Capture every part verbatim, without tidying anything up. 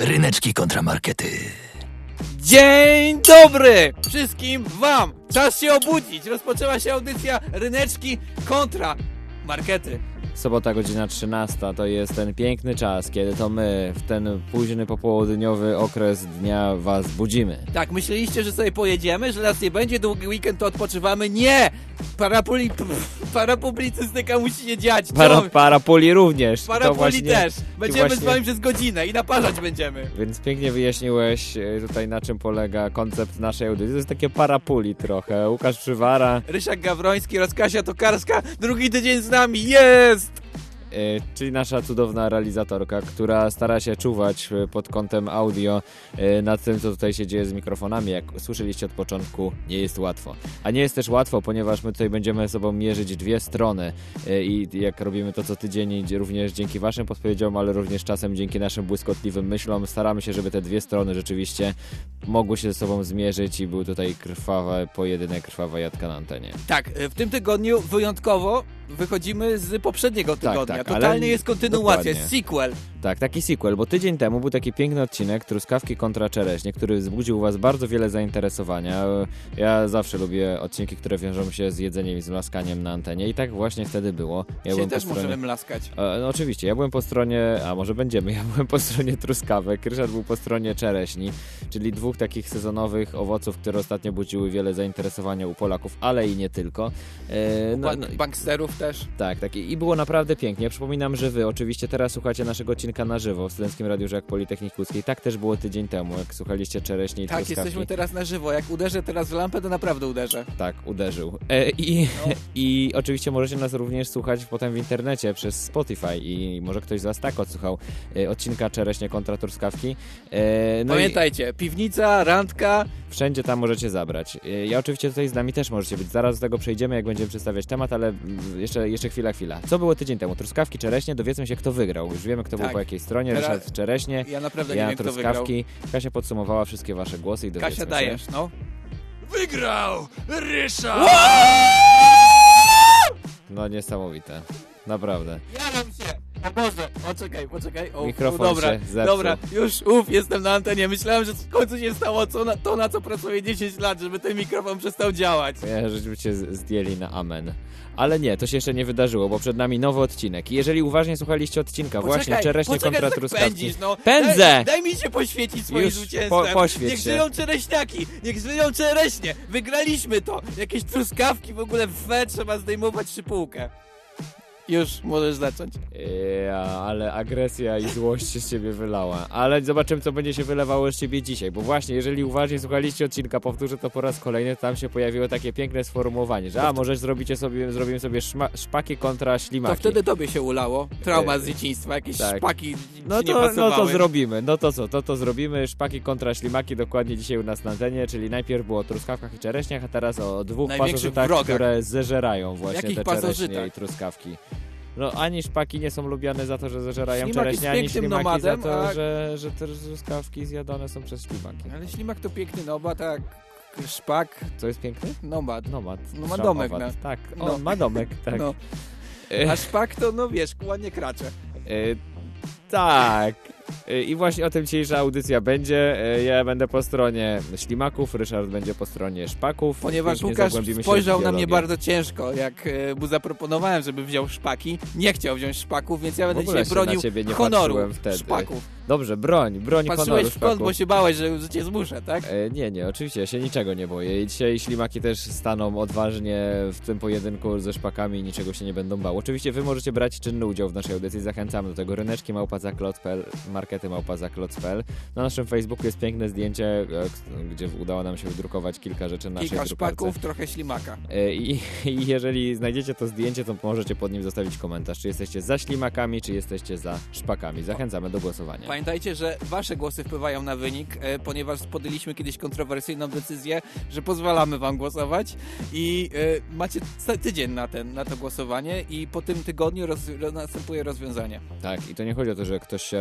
Ryneczki kontra markety. Dzień dobry wszystkim wam! Czas się obudzić! Rozpoczęła się audycja Ryneczki kontra markety. Sobota, godzina trzynasta, to jest ten piękny czas, kiedy to my w ten późny popołudniowy okres dnia was budzimy. Tak, myśleliście, że sobie pojedziemy, że nas nie będzie, długi weekend to odpoczywamy. Nie! Parapuli... Parapublicystyka musi się dziać. Para, parapuli również. Parapuli właśnie, też. Będziemy właśnie... z wami przez godzinę i naparzać będziemy. Więc pięknie wyjaśniłeś tutaj, na czym polega koncept naszej audycji. To jest takie parapuli trochę. Łukasz Przywara. Ryszak Gawroński oraz Kasia Tokarska. Drugi tydzień z nami. Jest! Yy, czyli nasza cudowna realizatorka, która stara się czuwać pod kątem audio yy, nad tym, co tutaj się dzieje z mikrofonami. Jak słyszeliście od początku, nie jest łatwo. A nie jest też łatwo, ponieważ my tutaj będziemy sobą mierzyć dwie strony yy, i jak robimy to co tydzień, również dzięki waszym podpowiedziom, ale również czasem dzięki naszym błyskotliwym myślom, staramy się, żeby te dwie strony rzeczywiście mogły się ze sobą zmierzyć i był tutaj krwawy pojedynek, krwawa jadka na antenie. Tak, w tym tygodniu wyjątkowo wychodzimy z poprzedniego tygodnia. Tak, tak, Totalnie ale jest kontynuacja, dokładnie. sequel. Tak, taki sequel, bo tydzień temu był taki piękny odcinek Truskawki kontra Czereśnie, który wzbudził u was bardzo wiele zainteresowania. Ja zawsze lubię odcinki, które wiążą się z jedzeniem i z mlaskaniem na antenie i tak właśnie wtedy było. Ja Dzisiaj też po stronie... możemy mlaskać. E, no oczywiście, ja byłem po stronie, a może będziemy, ja byłem po stronie truskawek, Ryszard był po stronie czereśni, czyli dwóch takich sezonowych owoców, które ostatnio budziły wiele zainteresowania u Polaków, ale i nie tylko. E, no, Bank, no, banksterów też. Tak, tak i było naprawdę pięknie. Przypominam, że wy oczywiście teraz słuchacie naszego odcinka na żywo w Studenckim Radiu Żak Politechniki Łódzkiej. Tak też było tydzień temu, jak słuchaliście Czereśni i Tak, truskawki. jesteśmy teraz na żywo. Jak uderzę teraz w lampę, to naprawdę uderzę. Tak, uderzył. E, i, no. I oczywiście możecie nas również słuchać potem w internecie przez Spotify i może ktoś z was tak odsłuchał e, odcinka Czereśnie kontra truskawki. E, no Pamiętajcie, i... piwnica, randka. Wszędzie tam możecie zabrać. E, ja oczywiście tutaj z nami też możecie być. Zaraz do tego przejdziemy, jak będziemy przedstawiać temat, ale jeszcze, jeszcze chwila, chwila. Co było tydzień temu? Truskawki, czereśnie, dowiedzmy się, kto wygrał. Już wiemy, kto tak. był po jakiej stronie. Teraz... Ryszard czereśnie, ja naprawdę ja nie wiem, truskawki. Kto wygrał. Kasia podsumowała wszystkie wasze głosy i dowiedzmy Kasia, się. dajesz, no. Wygrał Ryszard! No niesamowite. Naprawdę. Jaram się! O Boże, poczekaj, poczekaj. O, Mikrofon o, dobra, się zepsuł. dobra, już uf, jestem na antenie. Myślałem, że w końcu się stało co na, to, na co pracuję dziesięć lat, żeby ten mikrofon przestał działać. Ja, żebyście zdjęli na amen. Ale nie, to się jeszcze nie wydarzyło, bo przed nami nowy odcinek. I jeżeli uważnie słuchaliście odcinka, poczekaj, właśnie Czereśnie poczekaj, kontra tak truskawki. Pędzisz, no. Pędzę! Daj, daj mi się poświecić swoim Już zwycięstwem. po, poświeć Niech się. żyją czereśniaki, niech żyją czereśnie. Wygraliśmy to. Jakieś truskawki w ogóle w we, trzeba zdejmować szypułkę. Już możesz zacząć. Ja, ale agresja i złość się z ciebie wylała. Ale zobaczymy, co będzie się wylewało z ciebie dzisiaj. Bo właśnie, jeżeli uważnie słuchaliście odcinka, powtórzę to po raz kolejny, tam się pojawiło takie piękne sformułowanie, że a, może zrobicie sobie, zrobimy sobie szma, szpaki kontra ślimaki. To wtedy tobie się ulało. Trauma z dzieciństwa, jakieś tak. szpaki no nie to, pasowały. No to zrobimy. No to co? To to zrobimy. Szpaki kontra ślimaki dokładnie dzisiaj u nas na antenie, czyli najpierw było o truskawkach i czereśniach, a teraz o dwóch pasożytach, które zeżerają właśnie Jakich te pasożytach? czereśnie i truskawki. No ani szpaki nie są lubiane za to, że zażerają Ślimak czereśnie, ani ślimaki nomadem, za to, a... że, że te truskawki zjadane są przez ślimaki. Ale ślimak to piękny nomad, a szpak... Co jest piękny? Nomad. Nomad. No ma domek. No. Tak, no. on ma domek, tak. No. A szpak to, no wiesz, ładnie kracze. E, tak. I właśnie o tym dzisiejsza audycja będzie. Ja będę po stronie ślimaków, Ryszard będzie po stronie szpaków. Ponieważ Łukasz spojrzał na mnie bardzo ciężko, jak mu zaproponowałem, żeby wziął szpaki. Nie chciał wziąć szpaków, więc ja będę dzisiaj bronił honoru szpaków. Dobrze, broń, broń Patrzyłeś honoru w kąt, bo się bałeś, że, że cię zmuszę, tak? E, nie, nie, oczywiście, ja się niczego nie boję. I dzisiaj ślimaki też staną odważnie w tym pojedynku ze szpakami i niczego się nie będą bał. Oczywiście wy możecie brać czynny udział w naszej audycji, zachęcamy do tego. Ryneczki małpa zakloc kropka p l, markety małpa zakloc kropka p l. Na naszym Facebooku jest piękne zdjęcie, gdzie udało nam się wydrukować kilka rzeczy na naszej Kilka drukarce. szpaków, trochę ślimaka. E, i, I jeżeli znajdziecie to zdjęcie, to możecie pod nim zostawić komentarz, czy jesteście za ślimakami, czy jesteście za szpakami. Zachęcamy do głosowania. Pamiętajcie, że wasze głosy wpływają na wynik, e, ponieważ podjęliśmy kiedyś kontrowersyjną decyzję, że pozwalamy wam głosować i e, macie tydzień na, ten, na to głosowanie i po tym tygodniu roz, następuje rozwiązanie. Tak, i to nie chodzi o to, że ktoś się rodzi,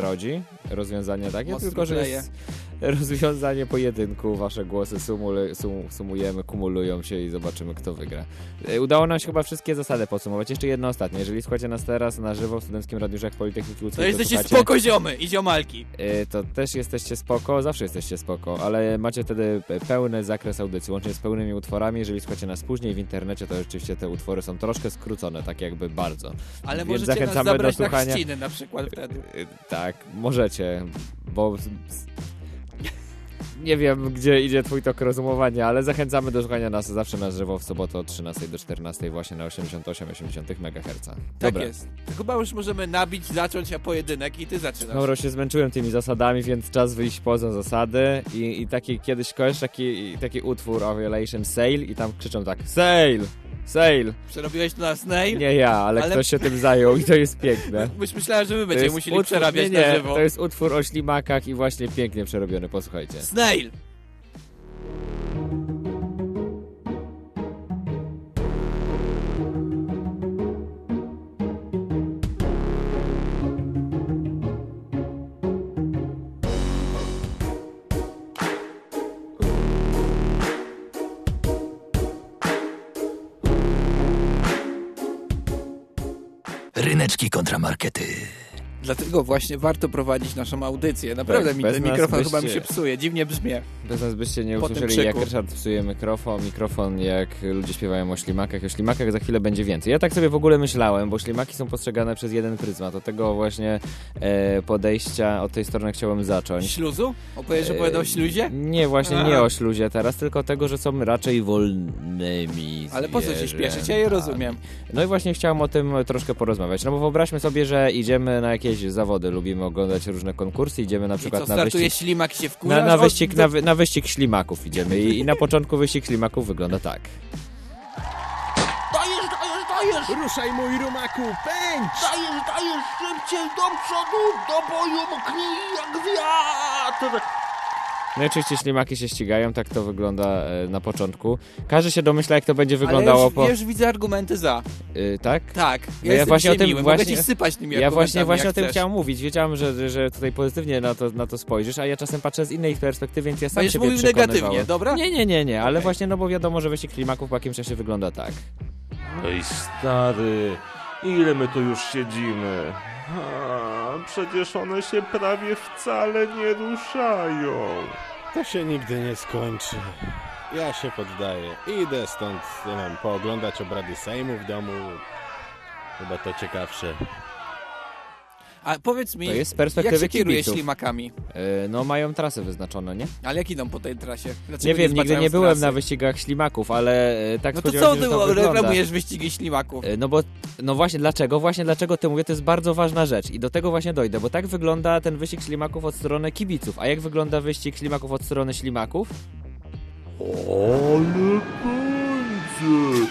rozwiązanie takie, Mocno tylko że kleje. jest rozwiązanie pojedynku. Wasze głosy sumule, sum, sumujemy, kumulują się i zobaczymy, kto wygra. E, Udało nam się chyba wszystkie zasady podsumować. Jeszcze jedno ostatnie. Jeżeli słuchacie nas teraz na żywo w Studenckim Radiu Żak Politechniki Łódzkiej, To jesteście słuchacie, spoko ziomy i ziomalki. e, to też jesteście spoko, zawsze jesteście spoko, ale macie wtedy pe- pełny zakres audycji, łącznie z pełnymi utworami. Jeżeli słuchacie nas później w internecie, to rzeczywiście te utwory są troszkę skrócone, tak jakby bardzo. Ale Więc możecie nas zachęcamy zabrać do na słuchania. chrzciny na przykład wtedy. Y, Tak, możecie, bo s- s- nie wiem, gdzie idzie twój tok rozumowania, ale zachęcamy do słuchania nas zawsze na żywo w sobotę od trzynastej do czternastej właśnie na osiemdziesiąt osiem i osiemdziesiąt megaherca. Tak Dobra. jest. To chyba już możemy nabić, zacząć, a pojedynek i ty zaczynasz. Dobra, się zmęczyłem tymi zasadami, więc czas wyjść poza zasady i, i taki kiedyś kojarzysz taki, taki utwór Ovulation Sale i tam krzyczą tak Sale! Sale! Przerobiłeś to na snail? Nie ja, ale, Ale- ktoś się tym zajął i to jest piękne. Myś myślałem, że my To będziemy jest musieli utwór- przerabiać nie, nie, na żywo. to jest utwór o ślimakach i właśnie pięknie przerobiony, posłuchajcie. Snail! Ryneczki kontramarkety. Dlatego właśnie warto prowadzić naszą audycję. Naprawdę Tak, mi bez ten nas mikrofon byście- chyba mi się psuje, dziwnie brzmię. Bez nas byście nie Po tym usłyszeli, jak krzyku. Ryszard psuje mikrofon. Mikrofon, jak ludzie śpiewają o ślimakach. O ślimakach za chwilę będzie więcej. Ja tak sobie w ogóle myślałem, bo ślimaki są postrzegane przez jeden pryzmat. Od tego właśnie e, podejścia, od tej strony chciałem zacząć. Śluzu? Opowiesz, że opowiadał o śluzie? Nie, właśnie Aha. nie o śluzie teraz, tylko tego, że są raczej wolnymi Ale po co się śpieszyć? Ja je rozumiem. No i właśnie chciałem o tym troszkę porozmawiać. No bo wyobraźmy sobie, że idziemy na jakieś zawody, lubimy oglądać różne konkursy, idziemy na I przykład co, na startuje wyścig... ślimak i się wkurza? Na, na, O, wyścig, do- na, wy- na wyścig ślimaków idziemy I, i na początku wyścig ślimaków wygląda tak. Dajesz, dajesz, dajesz! Ruszaj mój rumaku, pędź! Dajesz, dajesz szybciej do przodu, do boju mknij jak wiatr! No i oczywiście ślimaki się ścigają, tak to wygląda e, na początku. Każdy się domyśla, jak to będzie Ale wyglądało już, po... ja już widzę argumenty za. Y, tak? Tak. Ja, No ja jestem właśnie o dzisiaj tym- miły. właśnie- Mogę ci sypać tymi Ja właśnie, argumentami, właśnie o jak tym chcesz. chciałem mówić. Wiedziałem, że, że tutaj pozytywnie na to, na to spojrzysz, a ja czasem patrzę z innej perspektywy, więc ja sam Będziesz siebie mówił przekonywałem. negatywnie, dobra? Nie, nie, nie, nie, ale Okej. właśnie, no bo wiadomo, że wyścig ślimaków po jakimś czasie wygląda tak. Ej, stary, ile my tu już siedzimy? A, przecież one się prawie wcale nie ruszają. To się nigdy nie skończy. Ja się poddaję. Idę stąd, nie wiem, pooglądać obrady Sejmu w domu. Chyba to ciekawsze. A powiedz mi, To jest z jak perspektywy się kieruje kibiców. ślimakami? E, no mają trasy wyznaczone, nie? Ale jak idą po tej trasie? Dlaczego Nie wiem, nigdy zbaczają nie z byłem trasy? na wyścigach ślimaków, ale e, tak No to spodziewałem co się, ty że to wygląda. reklamujesz wyścigi ślimaków? E, No bo, no właśnie dlaczego? Właśnie dlaczego ty mówię, to jest bardzo ważna rzecz i do tego właśnie dojdę, bo tak wygląda ten wyścig ślimaków od strony kibiców, a jak wygląda wyścig ślimaków od strony ślimaków? Ale pędzę!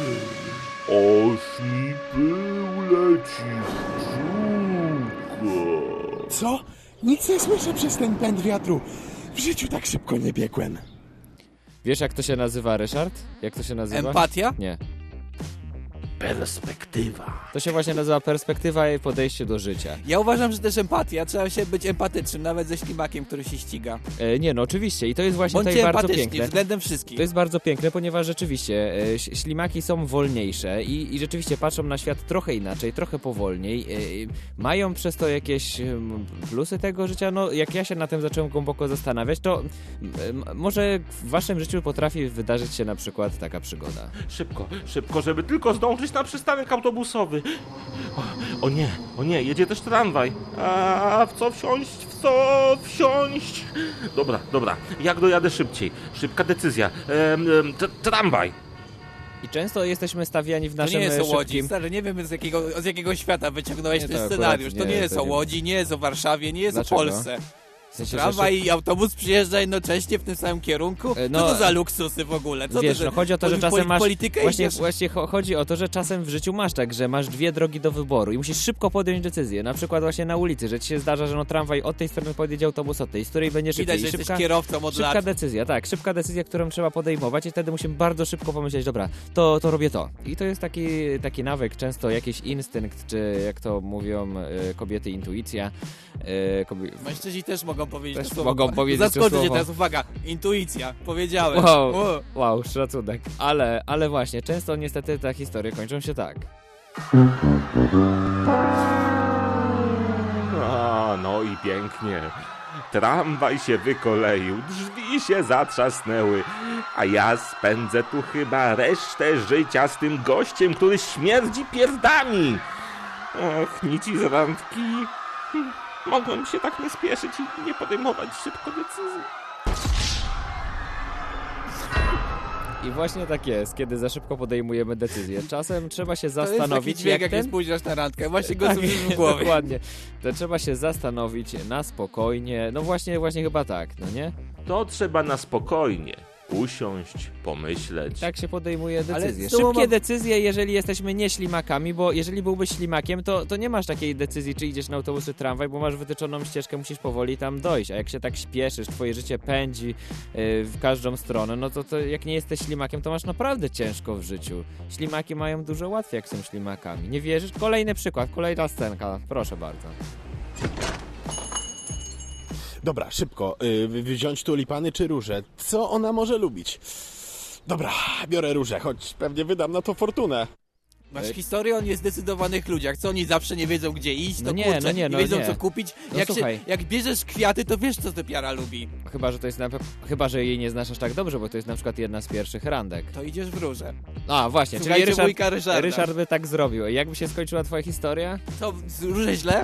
Aż mi pył leci w czółko. Co? Nic nie słyszę przez ten pęd wiatru. W życiu tak szybko nie biegłem. Wiesz jak to się nazywa, Ryszard? Jak to się nazywa? Empatia? Nie. Perspektywa. To się właśnie nazywa perspektywa i podejście do życia. Ja uważam, że też empatia. Trzeba się być empatycznym, nawet ze ślimakiem, który się ściga. E, nie, no oczywiście i to jest właśnie Bądźcie tutaj bardzo empatyczni piękne. względem wszystkich. To jest bardzo piękne, ponieważ rzeczywiście e, ś- ślimaki są wolniejsze i, i rzeczywiście patrzą na świat trochę inaczej, trochę powolniej. E, mają przez to jakieś em, plusy tego życia. No, jak ja się na tym zacząłem głęboko zastanawiać, to m, może w waszym życiu potrafi wydarzyć się na przykład taka przygoda. Szybko, szybko, żeby tylko zdążyć na przystanek autobusowy. O, o nie, o nie, jedzie też tramwaj. A w co wsiąść, w co wsiąść? Dobra, dobra, jak dojadę szybciej? Szybka decyzja. Em, em, t- tramwaj. I często jesteśmy stawiani w To naszym nie jest o szybkim... Łodzi, stary, nie wiem z jakiego, z jakiego świata wyciągnąłeś Nie, ten to akurat scenariusz. To nie, nie jest to o nie. Łodzi, nie jest o Warszawie, nie jest Dlaczego? o Polsce. W sensie, Tramwaj że i autobus przyjeżdża jednocześnie w tym samym kierunku? E, no, Co to za luksusy w ogóle? Co wiesz, to, no chodzi o to, że poli- czasem masz... politykę Właśnie, idziesz? właśnie cho- chodzi o to, że czasem w życiu masz tak, że masz dwie drogi do wyboru i musisz szybko podjąć decyzję. Na przykład właśnie na ulicy, że ci się zdarza, że no tramwaj od tej strony podjedzie autobus od tej, z której będzie szybciej. Widać, że I jesteś szybka, kierowcą od szybka lat. decyzja, tak, szybka decyzja, którą trzeba podejmować i wtedy musimy bardzo szybko pomyśleć, dobra, to, to robię to. I to jest taki, taki nawyk, często jakiś instynkt, czy jak to mówią e, kobiety, intuicja. E, kobie... Mężczyźni też mogą powiedzieć Też to słowo. mogą powiedzieć to Zaskoczy cię słowo. teraz, uwaga, intuicja, powiedziałem. Wow, O. wow, szacunek. Ale, ale właśnie, często niestety te historie kończą się tak. A, no i pięknie. Tramwaj się wykoleił, drzwi się zatrzasnęły, a ja spędzę tu chyba resztę życia z tym gościem, który śmierdzi pierdami. Och, nici z randki. Hm, Mogłem się tak nie spieszyć i nie podejmować szybko decyzji. I właśnie tak jest, kiedy za szybko podejmujemy decyzję. Czasem trzeba się To jest taki zastanowić, dźwięk, jak ten... nie spóźniasz na randkę. Właśnie go Tak, słyszysz w głowie. dokładnie. To trzeba się zastanowić na spokojnie. No właśnie, właśnie chyba tak, no nie? To trzeba na spokojnie usiąść, pomyśleć. Tak się podejmuje decyzje. z tobą Szybkie mam- decyzje, jeżeli jesteśmy nie ślimakami, bo jeżeli byłbyś ślimakiem, to, to nie masz takiej decyzji, czy idziesz na autobus, czy tramwaj, bo masz wytyczoną ścieżkę, musisz powoli tam dojść. A jak się tak śpieszysz, twoje życie pędzi yy, w każdą stronę, no to, to jak nie jesteś ślimakiem, to masz naprawdę ciężko w życiu. Ślimaki mają dużo łatwiej, jak są ślimakami. Nie wierzysz? Kolejny przykład, kolejna scenka. Proszę bardzo. Dobra, szybko. Yy, wziąć tulipany czy róże? Co ona może lubić? Dobra, biorę róże, choć pewnie wydam na to fortunę. Masz historię o niezdecydowanych ludziach, co oni zawsze nie wiedzą gdzie iść, to No nie, kurczę, no nie, no wiedzą nie. co kupić. No jak, słuchaj. się, jak bierzesz kwiaty, to wiesz co typiara lubi. Chyba, że to jest na... chyba, że jej nie znasz aż tak dobrze, bo to jest na przykład jedna z pierwszych randek. To idziesz w róże. A, właśnie, czyli Słuchajcie Ryszard, wujka Ryszarda. Ryszard by tak zrobił. I jakby się skończyła twoja historia? Co, z róże źle?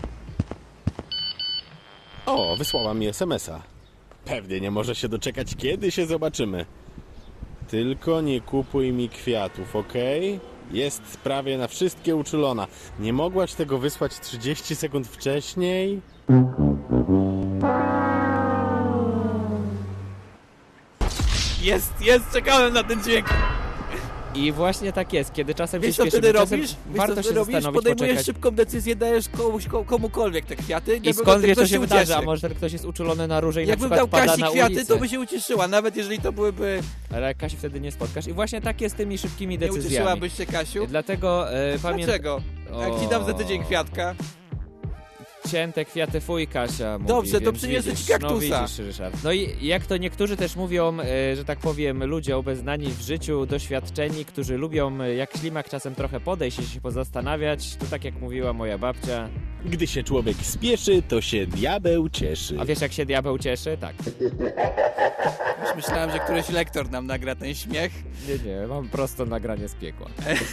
O, wysłała mi es em es a. Pewnie nie może się doczekać, kiedy się zobaczymy. Tylko nie kupuj mi kwiatów, okej? Jest prawie na wszystkie uczulona. Nie mogłaś tego wysłać trzydzieści sekund wcześniej? Jest, jest, czekałem na ten dźwięk. I właśnie tak jest, kiedy czasem Wiesz się co śpieszymy, wtedy czasem robisz? Wiesz warto co się wtedy robisz? zastanowić, Podejmujesz poczekać. szybką decyzję, dajesz komuś, komukolwiek te kwiaty. I skąd wiesz, co się wydarzy? A może ten ktoś jest uczulony na róże i Jakbym na dał przykład pada Kasi na kwiaty, ulicy. to by się ucieszyła, nawet jeżeli to byłyby... Ale jak Kasi wtedy nie spotkasz. I właśnie tak jest z tymi szybkimi Nie decyzjami. ucieszyłabyś się, Kasiu? Dlatego e, pamiętam... Dlaczego? Jak ci dam za tydzień kwiatka? Cięte kwiaty, fuj, Kasia mówi, Dobrze, to więc przyniosę widzisz, ci kaktusa. No widzisz, Ryszard. No i jak to niektórzy też mówią, e, że tak powiem, ludzie obeznani w życiu, doświadczeni, którzy lubią e, jak ślimak czasem trochę podejść i się pozastanawiać, to tak jak mówiła moja babcia. Gdy się człowiek spieszy, to się diabeł cieszy. A wiesz jak się diabeł cieszy? Tak. Już myślałem, że któryś lektor nam nagra ten śmiech. Nie, nie, mam prosto nagranie z piekła.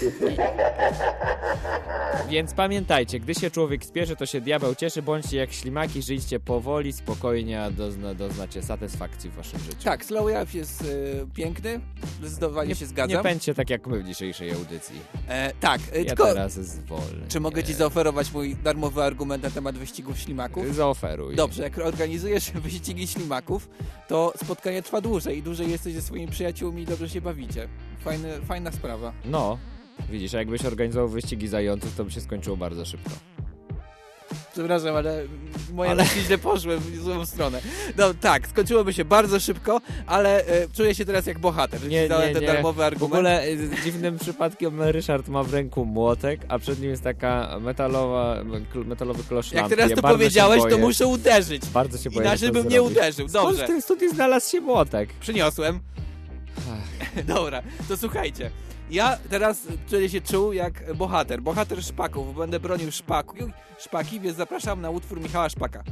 Więc pamiętajcie, gdy się człowiek spieszy, to się diabeł cieszy, bądźcie jak ślimaki, żyjcie powoli, spokojnie, a dozna, doznacie satysfakcji w waszym życiu. Tak, Slow Life jest y, piękny, zdecydowanie nie, się zgadzam. Nie pędźcie tak jak my w dzisiejszej audycji. E, tak, e, Ja tylko teraz zwolnię. czy mogę ci zaoferować mój darmowy argument na temat wyścigów ślimaków? Zaoferuj. Dobrze, jak organizujesz wyścigi ślimaków, to spotkanie trwa dłużej i dłużej jesteś ze swoimi przyjaciółmi i dobrze się bawicie. Fajny, fajna sprawa. No, widzisz, a jakbyś organizował wyścigi zająców, to by się skończyło bardzo szybko. Przepraszam, ale moje Ale- myśli źle poszły w złą stronę. No tak, skończyłoby się bardzo szybko, ale e, czuję się teraz jak bohater. Nie, Dałem nie, ten nie. darmowy W argument. ogóle y, dziwnym przypadkiem Ryszard ma w ręku młotek, a przed nim jest taka metalowa, kl- metalowy klosz Jak lampki. teraz Ja to bardzo się powiedziałeś, to boję. muszę uderzyć. Bardzo się boję, Inaczej że to bym nie zrobisz. uderzył. Skąd Dobrze, w tym studiu znalazł się młotek? przyniosłem. Dobra, to słuchajcie. Ja teraz czuję się czuł jak bohater. Bohater szpaków, bo będę bronił szpaku, szpaki, więc zapraszam na utwór Michała Szpaka.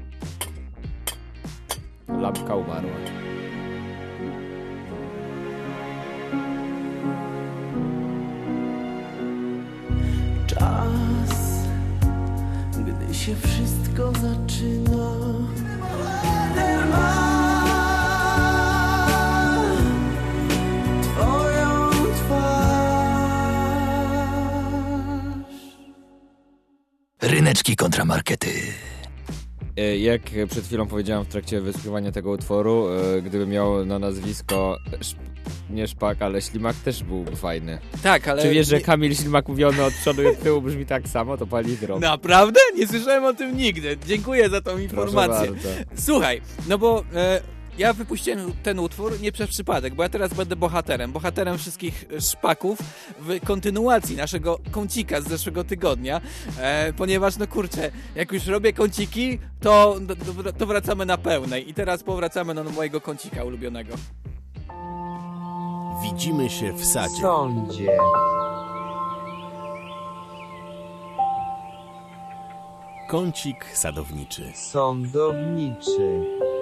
Lampka umarła. Czas, gdy się wszystko zaczyna. Ma twoją twarz. Ryneczki kontramarkety. E, Jak przed chwilą powiedziałem w trakcie wysłuchiwania tego utworu, e, gdyby miał na nazwisko szp- nie Szpak, ale Ślimak, też byłby fajny. Tak, ale... Czy wiesz, że nie... Kamil Ślimak mówiony od przodu i od tyłu brzmi tak samo? To palindrom. Naprawdę? Nie słyszałem o tym nigdy. Dziękuję za tą Proszę informację. bardzo. Słuchaj, no bo e, ja wypuściłem ten utwór nie przez przypadek, bo ja teraz będę bohaterem. Bohaterem wszystkich szpaków w kontynuacji naszego kącika z zeszłego tygodnia, e, ponieważ no kurczę, jak już robię kąciki, to, to, to wracamy na pełnej i teraz powracamy do mojego kącika ulubionego. Widzimy się w sadzie. Sądzie. Kącik sadowniczy. Sądowniczy.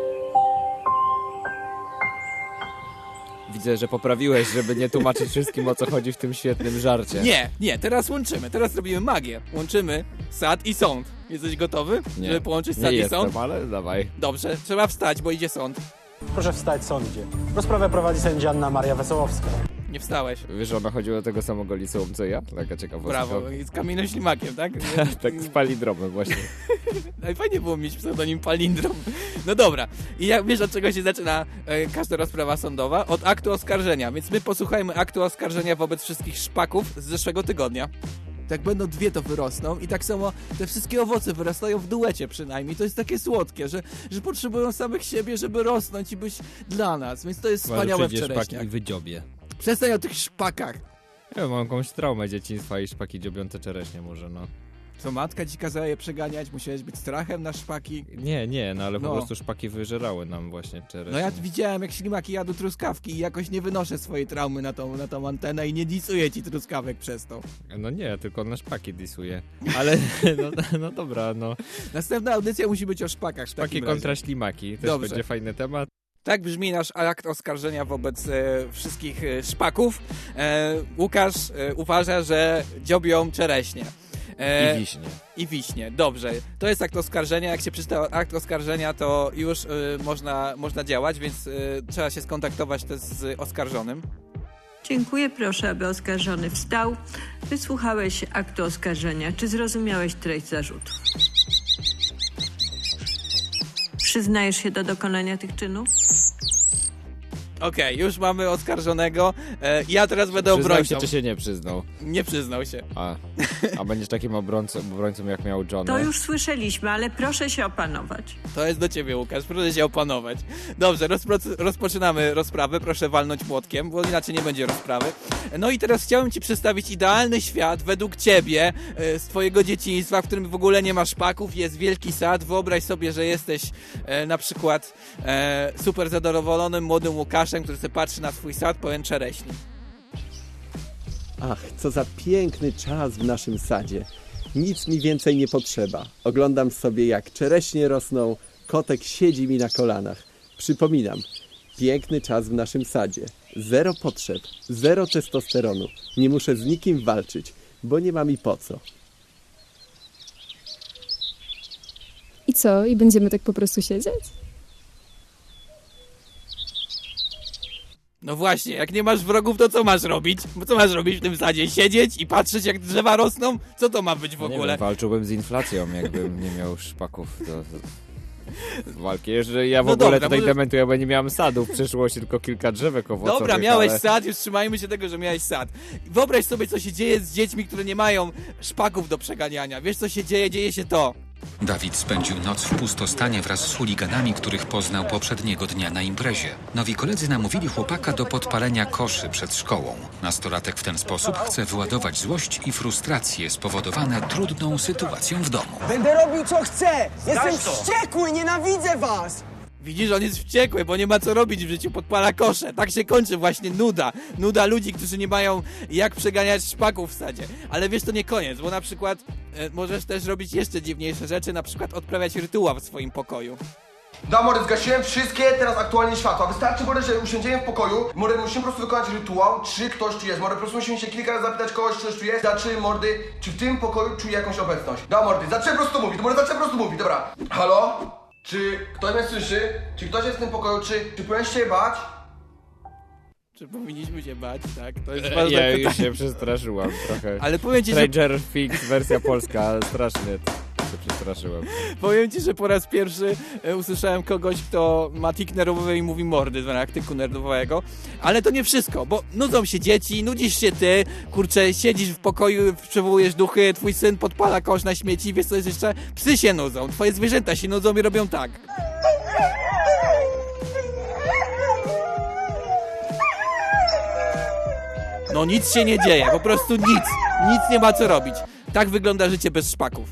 Widzę, że poprawiłeś, żeby nie tłumaczyć wszystkim, o co chodzi w tym świetnym żarcie. Nie, nie, teraz łączymy, teraz robimy magię. Łączymy sad i sąd. Jesteś gotowy, Nie. żeby połączyć Nie sad i jestem, sąd? ale dawaj. Dobrze, trzeba wstać, bo idzie sąd. Proszę wstać, sądzie. Rozprawę prowadzi sędzia Anna Maria Wesołowska. Nie wstałeś. Wiesz, że ona chodziła do tego samego liceum, co ja? Taka ciekawostka. Brawo, i z Kamilem Ślimakiem, tak? Tak z palindromem właśnie. No fajnie było mieć pseudonim Palindrom. No dobra, i jak wiesz, od czego się zaczyna e, każda rozprawa sądowa? Od aktu oskarżenia, więc my posłuchajmy aktu oskarżenia wobec wszystkich szpaków z zeszłego tygodnia. Tak będą dwie, to wyrosną i tak samo te wszystkie owoce wyrastają w duecie przynajmniej. To jest takie słodkie, że, że potrzebują samych siebie, żeby rosnąć i być dla nas, więc to jest wspaniałe w czereśniach. i wydziobie. Przestań o tych szpakach. Ja mam jakąś traumę dzieciństwa i szpaki dziobiące czereśnie może, no. Co, matka ci kazała je przeganiać? Musiałeś być strachem na szpaki? Nie, nie, no ale No. po prostu szpaki wyżerały nam właśnie czereśnie. No ja widziałem, jak ślimaki jadł truskawki i jakoś nie wynoszę swojej traumy na tą, na tą antenę i nie disuję ci truskawek przez to. No nie, tylko na szpaki disuje. Ale, no, no dobra, no. Następna audycja musi być o szpakach. w Szpaki takim kontra razie. ślimaki. Też Dobrze. będzie fajny temat. Tak brzmi nasz akt oskarżenia wobec e, wszystkich e, szpaków. E, Łukasz e, uważa, że dziobią czereśnie. E, I wiśnie. I wiśnie. Dobrze. To jest akt oskarżenia. Jak się przeczyta akt oskarżenia, to już e, można, można działać, więc e, trzeba się skontaktować też z oskarżonym. Dziękuję, proszę, aby oskarżony wstał. Wysłuchałeś aktu oskarżenia. Czy zrozumiałeś treść zarzutu? Przyznajesz się do dokonania tych czynów? Okej, okay, już mamy oskarżonego. E, ja teraz będę Przyznał obrońcą. się, czy się nie przyznał? Nie przyznał się. A, a będziesz takim obrońcą, obrońcą jak miał John. To już słyszeliśmy, ale proszę się opanować. To jest do ciebie, Łukasz. Proszę się opanować. Dobrze, rozpro- rozpoczynamy rozprawę. Proszę walnąć młotkiem, bo inaczej nie będzie rozprawy. No i teraz chciałem ci przedstawić idealny świat według ciebie, e, z twojego dzieciństwa, w którym w ogóle nie ma szpaków, jest wielki sad. Wyobraź sobie, że jesteś e, na przykład e, super zadowolonym młodym Łukaszem, który sobie patrzy na swój sad pełen czereśni. Ach, co za piękny czas w naszym sadzie. Nic mi więcej nie potrzeba. Oglądam sobie, jak czereśnie rosną, kotek siedzi mi na kolanach. Przypominam, piękny czas w naszym sadzie. Zero potrzeb, zero testosteronu. Nie muszę z nikim walczyć, bo nie ma mi po co. I co? I będziemy tak po prostu siedzieć? No właśnie, jak nie masz wrogów, to co masz robić? Bo co masz robić w tym sadzie? Siedzieć i patrzeć, jak drzewa rosną? Co to ma być w No nie ogóle? wiem, walczyłbym z inflacją, jakbym nie miał szpaków do, do walki. Jeżeli ja w No ogóle dobra, tutaj może- dementuję, bo nie miałem sadów, przyszło się tylko kilka drzewek owocowych. Dobra, miałeś ale... sad, już trzymajmy się tego, że miałeś sad. Wyobraź sobie, co się dzieje z dziećmi, które nie mają szpaków do przeganiania. Wiesz, co się dzieje? Dzieje się to. Dawid spędził noc w pustostanie wraz z chuliganami, których poznał poprzedniego dnia na imprezie. Nowi koledzy namówili chłopaka do podpalenia koszy przed szkołą. Nastolatek w ten sposób chce wyładować złość i frustrację spowodowane trudną sytuacją w domu. Będę robił co chcę! Jestem wściekły, nienawidzę was! Widzisz, on jest wściekły, bo nie ma co robić w życiu, podpala kosze. Tak się kończy właśnie nuda. Nuda ludzi, którzy nie mają jak przeganiać szpaków w sadzie. Ale wiesz, to nie koniec, bo na przykład e, możesz też robić jeszcze dziwniejsze rzeczy, na przykład odprawiać rytuał w swoim pokoju. Da, mordy, zgasiłem wszystkie teraz aktualnie światła. Wystarczy, mordy, że usiądziemy w pokoju. Mordy, musimy po prostu wykonać rytuał, czy ktoś tu jest. Mordy, po prostu musimy się kilka razy zapytać kogoś, czy ktoś tu jest. Znaczy, mordy, czy w tym pokoju czuje jakąś obecność. Da, mordy, zacznę po prostu mówić. Mordy, zacznę po prostu mówić, dobra. Halo? Czy ktoś mnie słyszy? Czy ktoś jest w tym pokoju? Czy, czy powinien się bać? Czy powinniśmy się bać, tak? To jest Ja ważne już pytanie. się przestraszyłam trochę. Ale powiem ci, że... Stranger Things wersja polska, strasznie. się przestraszyłem. Powiem ci, że po raz pierwszy e, usłyszałem kogoś, kto ma tik nerwowy i mówi mordy w ramach tyku nerwowego, ale to nie wszystko, bo nudzą się dzieci, nudzisz się ty, kurczę, siedzisz w pokoju, przywołujesz duchy, twój syn podpala kosz na śmieci, wiesz co jest jeszcze? Psy się nudzą, twoje zwierzęta się nudzą i robią tak. No nic się nie dzieje, po prostu nic, nic nie ma co robić. Tak wygląda życie bez szpaków.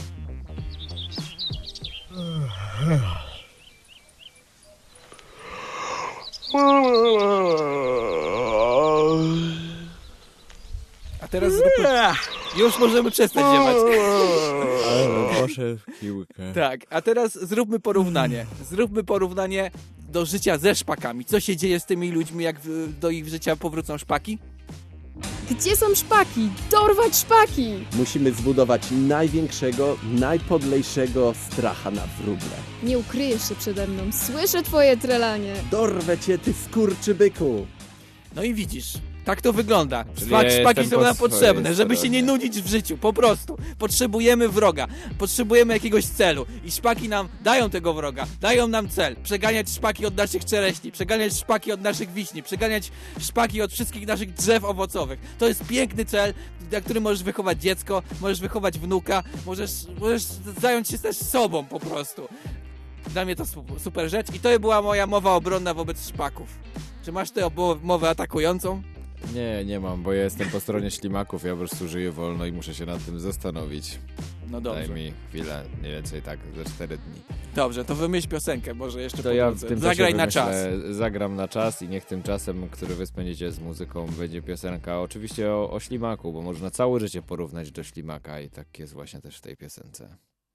A teraz zróbmy... Już możemy przestać ziewać. Ale poszedł w piłkę. Tak, a teraz zróbmy porównanie. Zróbmy porównanie do życia ze szpakami. Co się dzieje z tymi ludźmi, jak do ich życia powrócą szpaki? Gdzie są szpaki? Dorwać szpaki! Musimy zbudować największego, najpodlejszego stracha na wróble. Nie ukryjesz się przede mną. Słyszę twoje trelanie. Dorwę cię, ty skurczybyku! No i widzisz, tak to wygląda. Czyli Szpak, ja szpaki jestem są nam po potrzebne, swojej żeby się stronie. nie nudzić w życiu, po prostu. Potrzebujemy wroga, potrzebujemy jakiegoś celu i szpaki nam dają tego wroga, dają nam cel. Przeganiać szpaki od naszych czereśni, przeganiać szpaki od naszych wiśni, przeganiać szpaki od wszystkich naszych drzew owocowych. To jest piękny cel, na którym możesz wychować dziecko, możesz wychować wnuka, możesz, możesz zająć się też sobą po prostu. Dla mnie to super rzecz i to była moja mowa obronna wobec szpaków. Czy masz tę mowę atakującą? Nie, nie mam, bo ja jestem po stronie ślimaków, ja po prostu żyję wolno i muszę się nad tym zastanowić. No dobrze. Daj mi chwilę, mniej więcej tak, ze cztery dni. Dobrze, to wymyśl piosenkę, może jeszcze To ja w powrócę. tym Zagraj czasie na wymyślę, czas. Zagram na czas i niech tym czasem, który wy spędzicie z muzyką, będzie piosenka oczywiście o, o ślimaku, bo można całe życie porównać do ślimaka i tak jest właśnie też w tej piosence.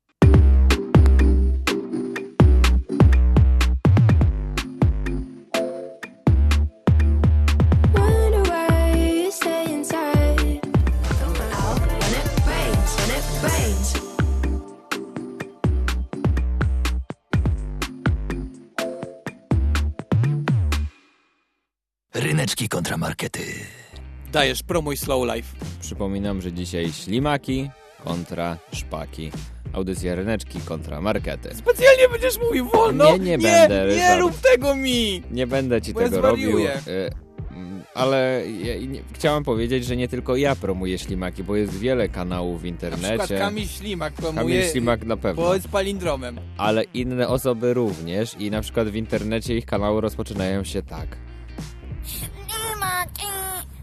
Ryneczki kontra markety. Dajesz, promuj Slow Life. Przypominam, że dzisiaj ślimaki kontra szpaki. Audycja Ryneczki kontra markety. Specjalnie będziesz mówił wolno? Nie, nie będę, Nie, Ryszard. rób tego mi! Nie będę ci Bo ja tego robił. zwariuję. y, mm, Ale ja, nie, chciałem powiedzieć, że nie tylko ja promuję ślimaki, bo jest wiele kanałów w Na internecie. przykład Kamil Ślimak promuje, Kamil Ślimak na pewno. bo jest palindromem. Ale inne osoby również i na przykład w internecie ich kanały rozpoczynają się tak. Ślimaki,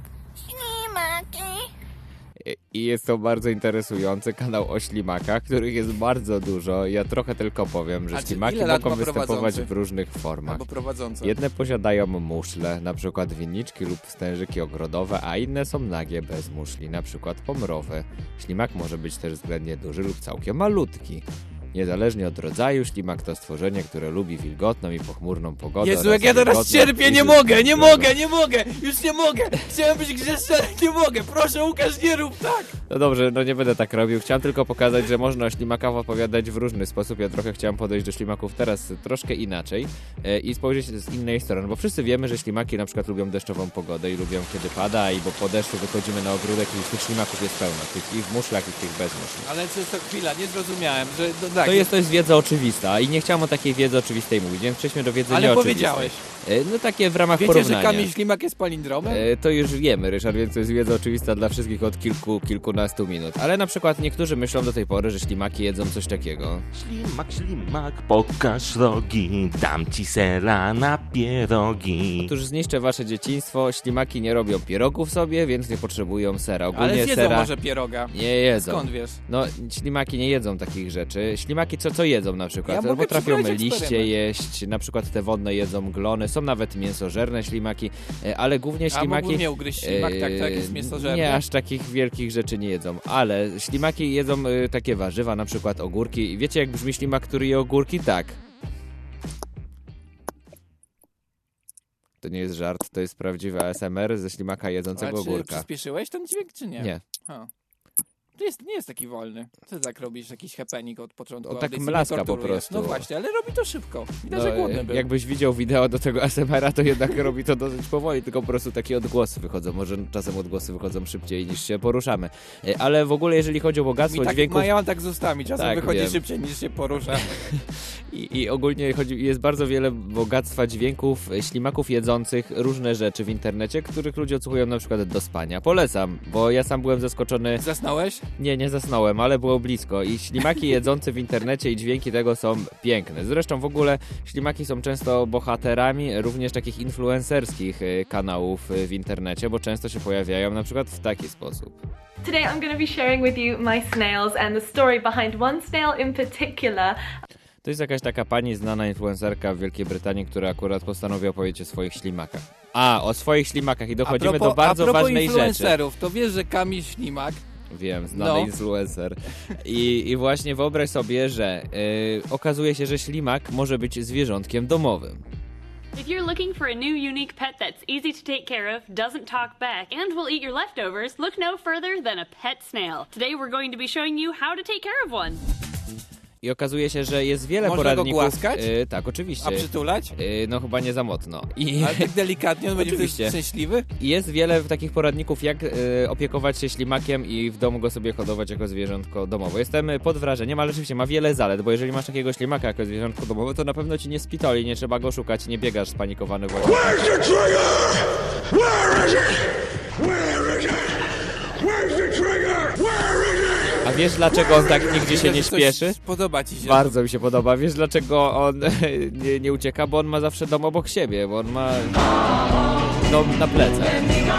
ślimaki. I jest to bardzo interesujący kanał o ślimakach, których jest bardzo dużo. Ja trochę tylko powiem, że A czy ślimaki ile lat mogą ma występować prowadzący? w różnych formach. Albo prowadząca. Jedne posiadają muszle, na przykład winniczki lub stężyki ogrodowe, a inne są nagie bez muszli, na przykład pomrowy. Ślimak może być też względnie duży lub całkiem malutki. Niezależnie od rodzaju, ślimak to stworzenie, które lubi wilgotną i pochmurną pogodę. Jezu, oraz jak ja teraz wilgotną cierpię, i nie mogę, nie wilgotną mogę, nie mogę, już nie mogę. Chciałem być grzeczny, ale nie mogę. Proszę, Łukasz, nie rób tak. No dobrze, no nie będę tak robił. Chciałem tylko pokazać, że można o ślimakach opowiadać w różny sposób. Ja trochę chciałem podejść do ślimaków teraz troszkę inaczej e, i spojrzeć z innej strony, bo wszyscy wiemy, że ślimaki na przykład lubią deszczową pogodę i lubią kiedy pada, i bo po deszczu wychodzimy na ogródek i tych ślimaków jest pełno, tych i w muszlach i tych bez muszli. Ale co to chwila, nie zrozumiałem, że no, tak. To jest, to jest wiedza oczywista i nie chciałem o takiej wiedzy oczywistej mówić, więc przejdźmy do wiedzy Ale nieoczywistej. powiedziałeś. E, No takie w ramach Wiecie, porównania. że Kamil Ślimak jest palindromem? E, To już wiemy, Ryszard, więc to jest wiedza oczywista dla wszystkich od kilku, kilkunastu minut. Ale na przykład niektórzy myślą do tej pory, że ślimaki jedzą coś takiego. Ślimak, ślimak, pokaż rogi, dam ci sera na pierogi. Otóż zniszczę wasze dzieciństwo, ślimaki nie robią pierogów sobie, więc nie potrzebują sera. Ogólnie Ale zjedzą sera może pieroga. nie jedzą. Skąd wiesz? No, ślimaki nie jedzą takich rzeczy. Ślimaki co, co jedzą na przykład? Ja No, mogę potrafią przeprowadzić liście eksperyment. jeść, na przykład te wodne jedzą glony, są nawet mięsożerne ślimaki, e, ale głównie A ślimaki... mógłby mnie ugryźć ślimak, tak, tak, jest e, mięsożerny? Nie, aż takich wielkich rzeczy nie jedzą, ale ślimaki jedzą e, takie warzywa, na przykład ogórki. I wiecie jak brzmi ślimak, który je ogórki? Tak. To nie jest żart, to jest prawdziwy A S M R ze ślimaka jedzącego Ale czy ogórka. przyspieszyłeś ten dźwięk, czy nie? Nie. Ha. to jest, nie jest taki wolny. Co tak robisz? Jakiś happening od początku. On tak audycji, mlaska nie po torturujesz. prostu. No właśnie, ale robi to szybko. Widać, No, że głodny był. jakbyś widział wideo do tego A S M R-a, to jednak robi to dosyć powoli, tylko po prostu takie odgłosy wychodzą. Może czasem odgłosy wychodzą szybciej niż się poruszamy. Ale w ogóle jeżeli chodzi o bogactwo Mi tak, dźwięków... ma, ja mam tak z ustami, czasem Tak, wychodzi wiem. szybciej niż się porusza. I, I ogólnie chodzi, jest bardzo wiele bogactwa dźwięków, ślimaków jedzących różne rzeczy w internecie, których ludzie odsłuchują na przykład do spania. Polecam, bo ja sam byłem zaskoczony. Zasnąłeś? Nie, nie zasnąłem, ale było blisko. I ślimaki jedzące w internecie i dźwięki tego są piękne. Zresztą w ogóle ślimaki są często bohaterami również takich influencerskich y, kanałów y, w internecie, bo często się pojawiają na przykład w taki sposób. Today I'm going to be sharing with you my snails and the story behind one snail in particular. To jest jakaś taka pani znana influencerka w Wielkiej Brytanii, która akurat postanowiła opowiedzieć o swoich ślimakach. A, o swoich ślimakach i dochodzimy propos, do bardzo a propos ważnej influencerów, rzeczy. to wiesz, że Kamil Ślimak... Wiem, znany no. influencer. I, I właśnie wyobraź sobie, że yy, okazuje się, że ślimak może być zwierzątkiem domowym. If you're looking for a new unique pet that's easy to take care of, doesn't talk back, and will eat your leftovers, look no further than a pet snail. Today we're going to be showing you how to take care of one. I okazuje się, że jest wiele Można poradników... go głaskać? Yy, tak, oczywiście. A przytulać? Yy, no chyba nie za mocno. I... Ale tak delikatnie, on będzie wtedy Oczywiście. szczęśliwy? I jest wiele takich poradników, jak yy, opiekować się ślimakiem i w domu go sobie hodować jako zwierzątko domowe. Jestem pod wrażeniem, ale rzeczywiście ma wiele zalet, bo jeżeli masz takiego ślimaka jako zwierzątko domowe, to na pewno ci nie spitoli, nie trzeba go szukać, nie biegasz spanikowany właśnie. Where's the trigger? Where is it? Where is it? Where's the trigger? Where is it? A wiesz, dlaczego on tak nigdzie się nie śpieszy? Podoba ci się. Bardzo mi się podoba. Wiesz, dlaczego on nie, nie ucieka? Bo on ma zawsze dom obok siebie, bo on ma dom na plecach.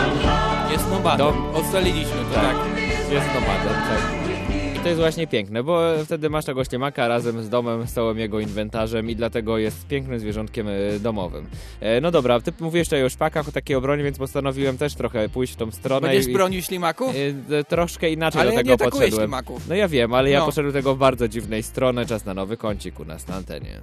Jest nomadem. Dom... Ustaliliśmy to, tak. Jest nomadem, tak. I to jest właśnie piękne, bo wtedy masz tego ślimaka razem z domem, z całym jego inwentarzem i dlatego jest pięknym zwierzątkiem domowym. E, no dobra, ty mówisz tutaj o szpakach, o takiej obronie, więc postanowiłem też trochę pójść w tą stronę. Będziesz i, bronił ślimaków? E, troszkę inaczej ale do ja tego nie atakuję podszedłem. ślimaków. No ja wiem, ale ja no. poszedłem do tego w bardzo dziwnej strony. Czas na nowy kącik u nas na antenie.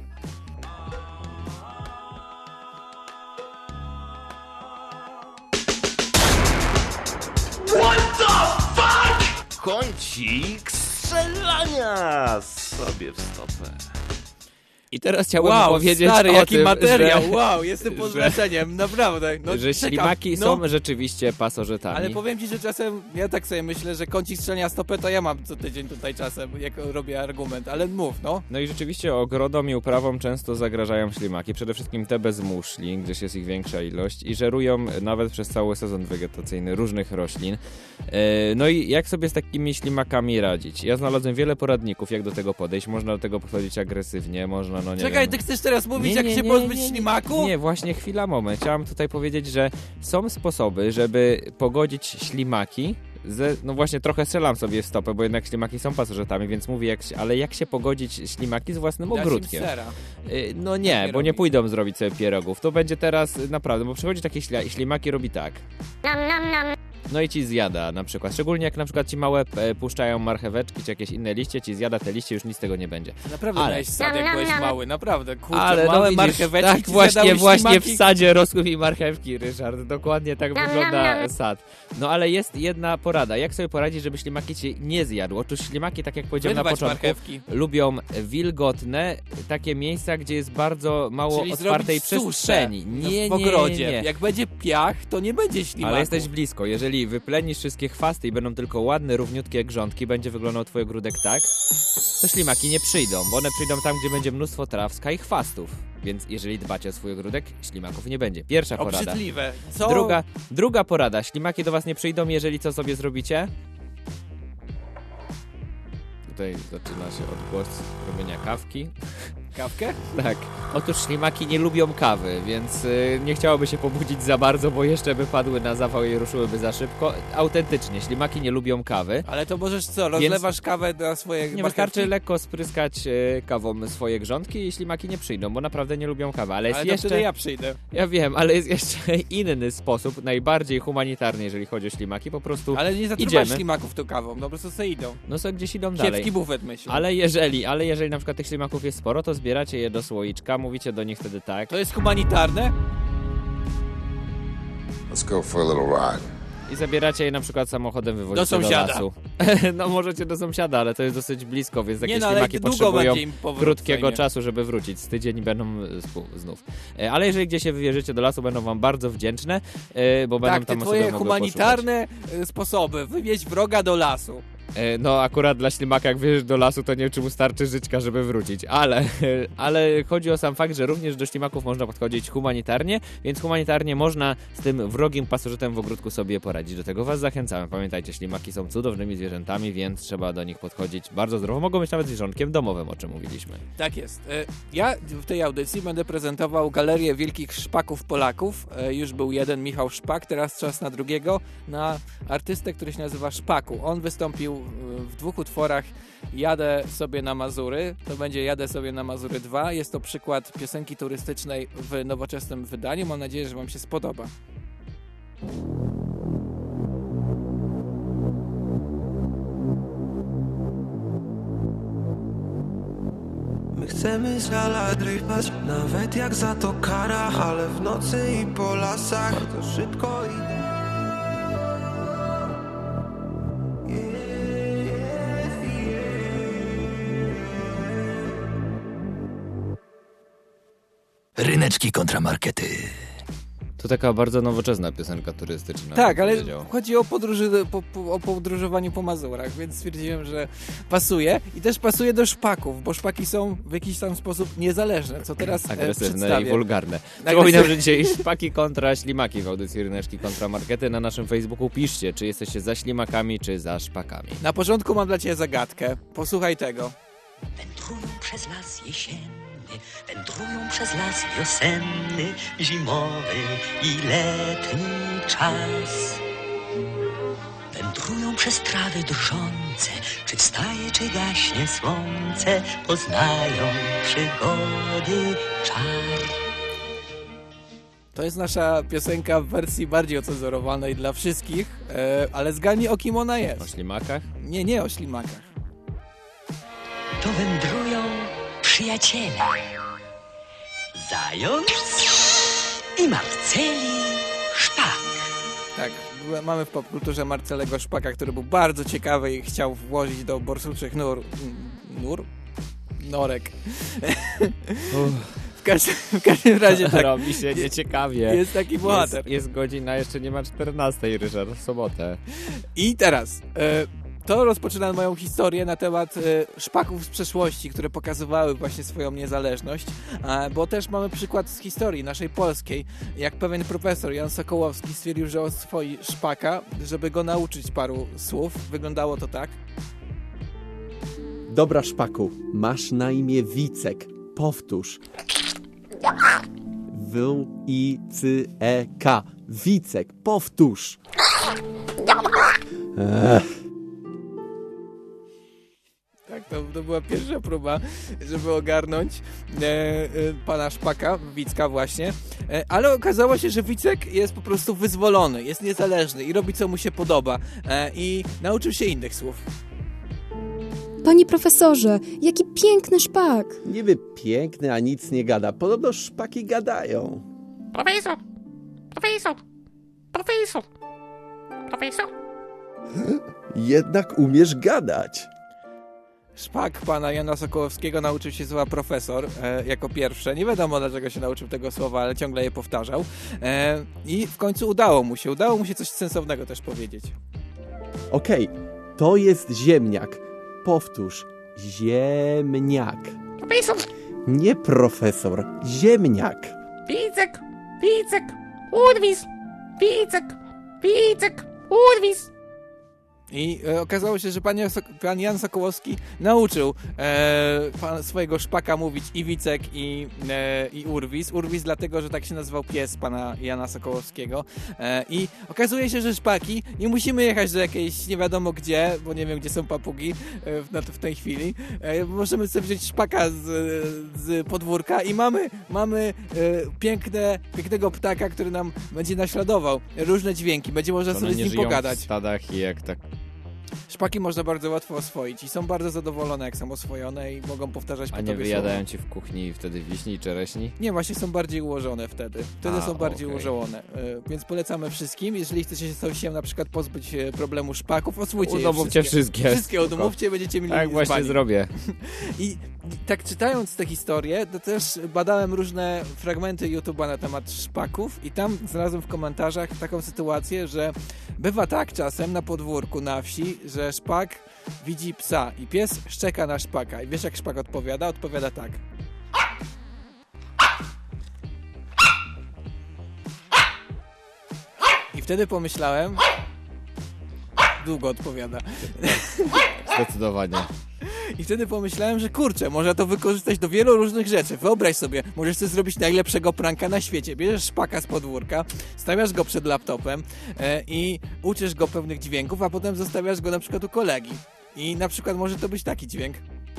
What the fuck? Kącik strzelania sobie w stopę. I teraz chciałbym wow, powiedzieć stary, o jaki tym, materiał, że, wow, jestem pod wrażeniem, naprawdę. No, że czekam. ślimaki no. są rzeczywiście pasożytami. Ale powiem ci, że czasem, ja tak sobie myślę, że kącik strzelania stopę to ja mam co tydzień tutaj czasem, jak robię argument, ale mów, no. No i rzeczywiście ogrodom i uprawom często zagrażają ślimaki, przede wszystkim te bez muszli, gdyż jest ich większa ilość i żerują nawet przez cały sezon wegetacyjny różnych roślin. No i jak sobie z takimi ślimakami radzić? Ja znalazłem wiele poradników, jak do tego podejść. Można do tego podchodzić agresywnie, można, no nie Czekaj, wiem. ty chcesz teraz mówić, nie, jak nie, się nie, pozbyć nie, nie, ślimaku? Nie, właśnie chwila, moment. Chciałem tutaj powiedzieć, że są sposoby, żeby pogodzić ślimaki. Ze, no właśnie trochę strzelam sobie w stopę, bo jednak ślimaki są pasożytami, więc mówię, jak się, ale jak się pogodzić ślimaki z własnym Dać im ogródkiem? sera. Y, no nie, nie bo nie robi. pójdą zrobić sobie pierogów. To będzie teraz naprawdę, bo przychodzi takie śli- ślimaki, robi tak. Nom, nom, nom. No i ci zjada na przykład. Szczególnie jak na przykład ci małe e, puszczają marcheweczki czy jakieś inne liście, ci zjada te liście, już nic z tego nie będzie. Naprawdę ale... miałeś sad, jak byłeś mały, naprawdę, kurczę, Ale małe no widzisz, marcheweczki tak ci właśnie, zjadały właśnie ślimaki. w sadzie rosły mi marchewki, Ryszard. Dokładnie tak wygląda sad. No ale jest jedna porada. Jak sobie poradzić, żeby ślimaki cię nie zjadły? Otóż ślimaki, tak jak powiedziałem Wyrwać na początku, marchewki. lubią wilgotne, takie miejsca, gdzie jest bardzo mało Czyli otwartej zrobić przestrzeni. suszę Nie, w ogrodzie. nie, nie. Jak będzie piach, to nie będzie ślimaków. Ale jesteś blisko. Jeżeli wyplenisz wszystkie chwasty i będą tylko ładne, równiutkie grządki, będzie wyglądał twój ogródek tak, to ślimaki nie przyjdą, bo one przyjdą tam, gdzie będzie mnóstwo trawska i chwastów. Więc jeżeli dbacie o swój ogródek, ślimaków nie będzie. Pierwsza porada. Obrzydliwe. Co? Druga, druga porada. Ślimaki do was nie przyjdą, jeżeli co sobie zrobicie? Tutaj zaczyna się odgłos robienia kawki. Kawkę? Tak. Otóż ślimaki nie lubią kawy, więc y, nie chciałoby się pobudzić za bardzo, bo jeszcze by padły na zawał i ruszyłyby za szybko. Autentycznie, ślimaki nie lubią kawy. Ale to możesz co, rozlewasz kawę na swoje Nie marchewki? wystarczy lekko spryskać y, kawą swoje grządki i ślimaki nie przyjdą, bo naprawdę nie lubią kawy. Ale jest Ale to jeszcze... wtedy ja przyjdę. Ja wiem, ale jest jeszcze inny sposób, najbardziej humanitarny, jeżeli chodzi o ślimaki. Po prostu Ale nie zatruwasz idziemy. ślimaków tą kawą, no po prostu sobie idą. No co, gdzieś idą dalej. Kiepski bufet, myślę. Ale jeżeli, ale jeżeli na przykład tych ślimaków jest sporo, to zbieracie je do słoiczka, mówicie do nich wtedy tak. To jest humanitarne? Let's go for a little ride. i zabieracie je na przykład samochodem, wywozicie Do sąsiada. do lasu. No możecie do sąsiada, ale to jest dosyć blisko, więc takie Nie, no, ale ślimaki długo potrzebują będzie im powrót krótkiego zajmie. czasu, żeby wrócić. Z tydzień będą spu- znów. E, Ale jeżeli gdzieś się wywierzycie do lasu, będą wam bardzo wdzięczne, e, bo będą Tak, te tam twoje osoby mogły humanitarne y, sposoby. Wywieźć wroga do lasu. E, No akurat dla ślimaka, jak wjeżdżasz do lasu, to nie wiem, czy mu starczy życzka, żeby wrócić, ale, ale chodzi o sam fakt, że również do ślimaków można podchodzić humanitarnie, więc humanitarnie można z tym wrogim pasożytem w ogródku sobie poradzić. Do tego was zachęcamy. Pamiętajcie, ślimaki są cudownymi zwierzętami, więc trzeba do nich podchodzić bardzo zdrowo. Mogą być nawet zwierzątkiem domowym, o czym mówiliśmy. Tak jest. Y, Ja w tej audycji będę prezentował galerię wielkich szpaków Polaków. Y, Już był jeden, Michał Szpak, teraz czas na drugiego, na artystę, który się nazywa Szpaku. On wystąpił y, w dwóch utworach Jadę sobie na Mazury. To będzie Jadę sobie na Mazury dwa. Jest to przykład piosenki turystycznej w nowoczesnym wydaniu. Mam nadzieję, że wam się spodoba. My chcemy z dala drypać, nawet jak za to kara, ale w nocy i po lasach to szybko i... Ryneczki kontramarkety. To taka bardzo nowoczesna piosenka turystyczna. Tak, ale powiedział. chodzi o, podróży, po, po, o podróżowaniu po Mazurach, więc stwierdziłem, że pasuje. I też pasuje do szpaków, bo szpaki są w jakiś tam sposób niezależne, co teraz e, Agresywne przedstawię. i wulgarne. Agresywne. Przypominam, że dzisiaj szpaki kontra ślimaki w audycji Ryneczki kontra Markety. Na naszym Facebooku piszcie, czy jesteście za ślimakami, czy za szpakami. Na początku mam dla ciebie zagadkę. Posłuchaj tego. Wędrują przez las jesienny, wędrują przez las wiosenny, zimowy i letni czas. Wędrują przez trawy drżące, czy wstaje, czy gaśnie słońce, poznają przygody czar. To jest nasza piosenka w wersji bardziej ocenzurowanej dla wszystkich, e, ale zgadnij, o kim ona jest. O ślimakach? Nie, nie o ślimakach. To wędrują przyjaciele. Zając i Marceli Szpak. Tak, mamy w popkulturze Marcelego Szpaka, który był bardzo ciekawy i chciał włożyć do borsuczych nur... Nur? Norek. W każdym, w każdym razie tak. Robi się nieciekawie. Jest taki bohater. Jest, jest godzina, jeszcze nie ma czternastej, Ryszard, w sobotę. I teraz... E, To rozpoczyna moją historię na temat e, szpaków z przeszłości, które pokazywały właśnie swoją niezależność, e, bo też mamy przykład z historii naszej polskiej, jak pewien profesor Jan Sokołowski stwierdził, że oswoi szpaka, żeby go nauczyć paru słów. Wyglądało to tak. Dobra, Szpaku, masz na imię Wicek. Powtórz. W I C E K. Wicek, powtórz. Ech. Tak, to, to była pierwsza próba, żeby ogarnąć e, e, pana Szpaka, Wicka właśnie, e, ale okazało się, że Wicek jest po prostu wyzwolony, jest niezależny i robi co mu się podoba e, i nauczył się innych słów. Panie profesorze, jaki piękny szpak! Niby piękny, a nic nie gada. Podobno szpaki gadają. Profesor! Profesor! Profesor! Profesor! Jednak umiesz gadać. Szpak pana Jana Sokołowskiego nauczył się słowa profesor e, jako pierwsze. Nie wiadomo, dlaczego się nauczył tego słowa, ale ciągle je powtarzał. E, I w końcu udało mu się. Udało mu się coś sensownego też powiedzieć. Okej, to jest ziemniak. Powtórz. Ziemniak. Profesor! Nie profesor. Ziemniak. Wicek! Wicek! Urwis! Wicek! Wicek! Urwis! I e, okazało się, że pan Jan, Sok- pan Jan Sokołowski nauczył e, pan, swojego szpaka mówić i Wicek, i, e, i Urwis. Urwis dlatego, że tak się nazywał pies pana Jana Sokołowskiego. E, I okazuje się, że szpaki, nie musimy jechać do jakiejś nie wiadomo gdzie, bo nie wiem, gdzie są papugi e, w, na, w tej chwili. E, możemy sobie wziąć szpaka z, z podwórka i mamy, mamy e, piękne, pięknego ptaka, który nam będzie naśladował różne dźwięki. Będzie można One sobie z nie nim żyją pogadać. w stadach i jak tak... szpaki można bardzo łatwo oswoić i są bardzo zadowolone, jak są oswojone i mogą powtarzać po A nie tobie wyjadają słowo. ci w kuchni wtedy wiśni i czereśni? Nie, właśnie są bardziej ułożone wtedy. Wtedy A, są bardziej okej. ułożone. E, więc polecamy wszystkim, jeżeli chcecie się sousiem na przykład pozbyć e, problemu szpaków, oswójcie je Udomówcie wszystkie. wszystkie. Wszystkie udomówcie, będziecie mieli Tak właśnie zbani. zrobię. I, I tak czytając tę historię, to też badałem różne fragmenty YouTube'a na temat szpaków i tam znalazłem w komentarzach taką sytuację, że bywa tak czasem na podwórku na wsi, że szpak widzi psa i pies szczeka na szpaka. I wiesz, jak szpak odpowiada? Odpowiada tak. I wtedy pomyślałem... Długo odpowiada. Zdecydowanie. I wtedy pomyślałem, że kurczę, można to wykorzystać do wielu różnych rzeczy. Wyobraź sobie, możesz sobie zrobić najlepszego pranka na świecie. Bierzesz szpaka z podwórka, stawiasz go przed laptopem e, i uczysz go pewnych dźwięków, a potem zostawiasz go na przykład u kolegi. I na przykład może to być taki dźwięk.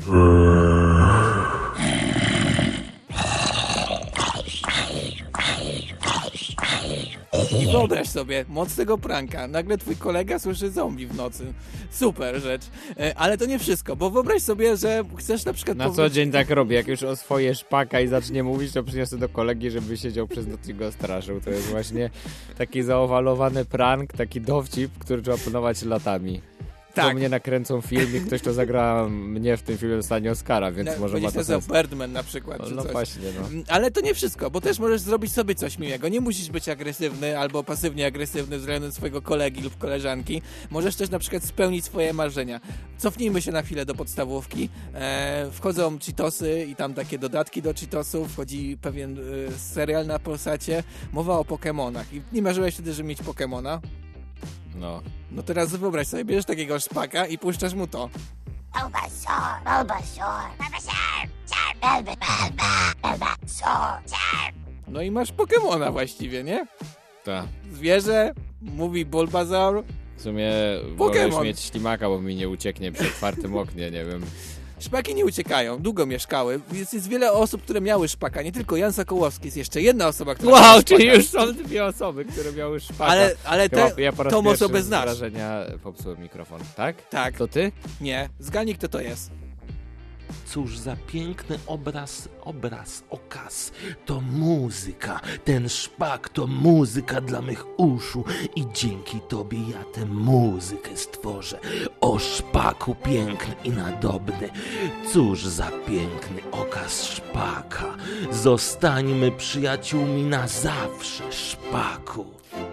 I wyobraź sobie, moc tego pranka. Nagle twój kolega słyszy zombie w nocy. Super rzecz. E, ale to nie wszystko, bo wyobraź sobie, że chcesz na przykład... Na powie- co dzień tak robię. Jak już oswoję szpaka i zacznie mówić, to przyniosę do kolegi, żeby siedział przez noc i go straszył. To jest właśnie taki zaowalowany prank, taki dowcip, który trzeba planować latami. Tak. To mnie nakręcą film i ktoś, kto zagra mnie w tym filmie, dostanie Oscara, więc No, może ma będzie to nazywał sens. Birdman na przykład. No, czy no coś. właśnie, no. Ale to nie wszystko, bo też możesz zrobić sobie coś miłego. Nie musisz być agresywny albo pasywnie agresywny względem swojego kolegi lub koleżanki. Możesz też na przykład spełnić swoje marzenia. Cofnijmy się na chwilę do podstawówki. E, wchodzą Cheetosy i tam takie dodatki do Cheetosów. Wchodzi pewien e, serial na Polsacie. Mowa o Pokemonach. I nie marzyłeś wtedy, żeby mieć Pokemona? No. No teraz wyobraź sobie, bierzesz takiego szpaka i puszczasz mu to. Bulbasaur, Bulbasaur, Bulbasaur, Bulbasaur, Bulbasaur. No i masz Pokemona właściwie, nie? Tak. Zwierzę, mówi Bulbasaur. W sumie Pokemon. wolę mieć ślimaka, bo mi nie ucieknie przy otwartym oknie, nie wiem. Szpaki nie uciekają, długo mieszkały. Jest, jest wiele osób, które miały szpaka, nie tylko Jan Sokołowski, jest jeszcze jedna osoba, która miała Wow, szpaka. czyli już są dwie osoby, które miały szpaka. Ale, ale Chyba te, ja po raz tą pierwszy osobę z znasz. wrażenia popsułem mikrofon, tak? Tak. To ty? Nie, zgadnij, kto to jest. Cóż za piękny obraz, obraz, okaz. To muzyka. Ten szpak to muzyka dla mych uszu i dzięki tobie ja tę muzykę stworzę. O szpaku piękny i nadobny. Cóż za piękny okaz szpaka. Zostańmy przyjaciółmi na zawsze, szpaku.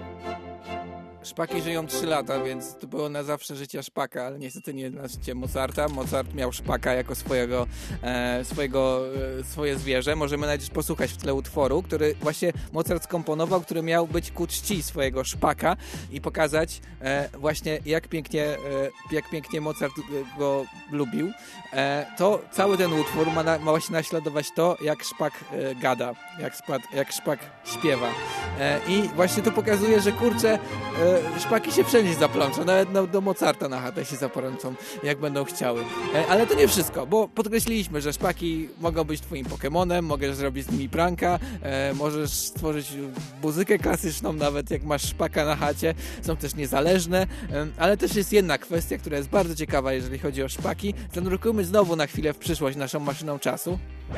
Szpaki żyją trzy lata, więc to było na zawsze życie szpaka, ale niestety nie na życie Mozarta. Mozart miał szpaka jako swojego, e, swojego, e, swoje zwierzę. Możemy nawet posłuchać w tle utworu, który właśnie Mozart skomponował, który miał być ku czci swojego szpaka i pokazać e, właśnie jak pięknie, e, jak pięknie Mozart go lubił. E, to cały ten utwór ma, na, ma właśnie naśladować to, jak szpak e, gada, jak, spad, jak szpak śpiewa. E, I właśnie to pokazuje, że kurczę, e, szpaki się wszędzie zaplączą, nawet no, do Mozarta na chatę się zaplączą, jak będą chciały. E, ale to nie wszystko, bo podkreśliliśmy, że szpaki mogą być twoim Pokemonem, możesz zrobić z nimi pranka, e, możesz stworzyć muzykę klasyczną, nawet jak masz szpaka na chacie. Są też niezależne, e, ale też jest jedna kwestia, która jest bardzo ciekawa, jeżeli chodzi o szpaki. Zanurkujmy znowu na chwilę w przyszłość naszą maszyną czasu.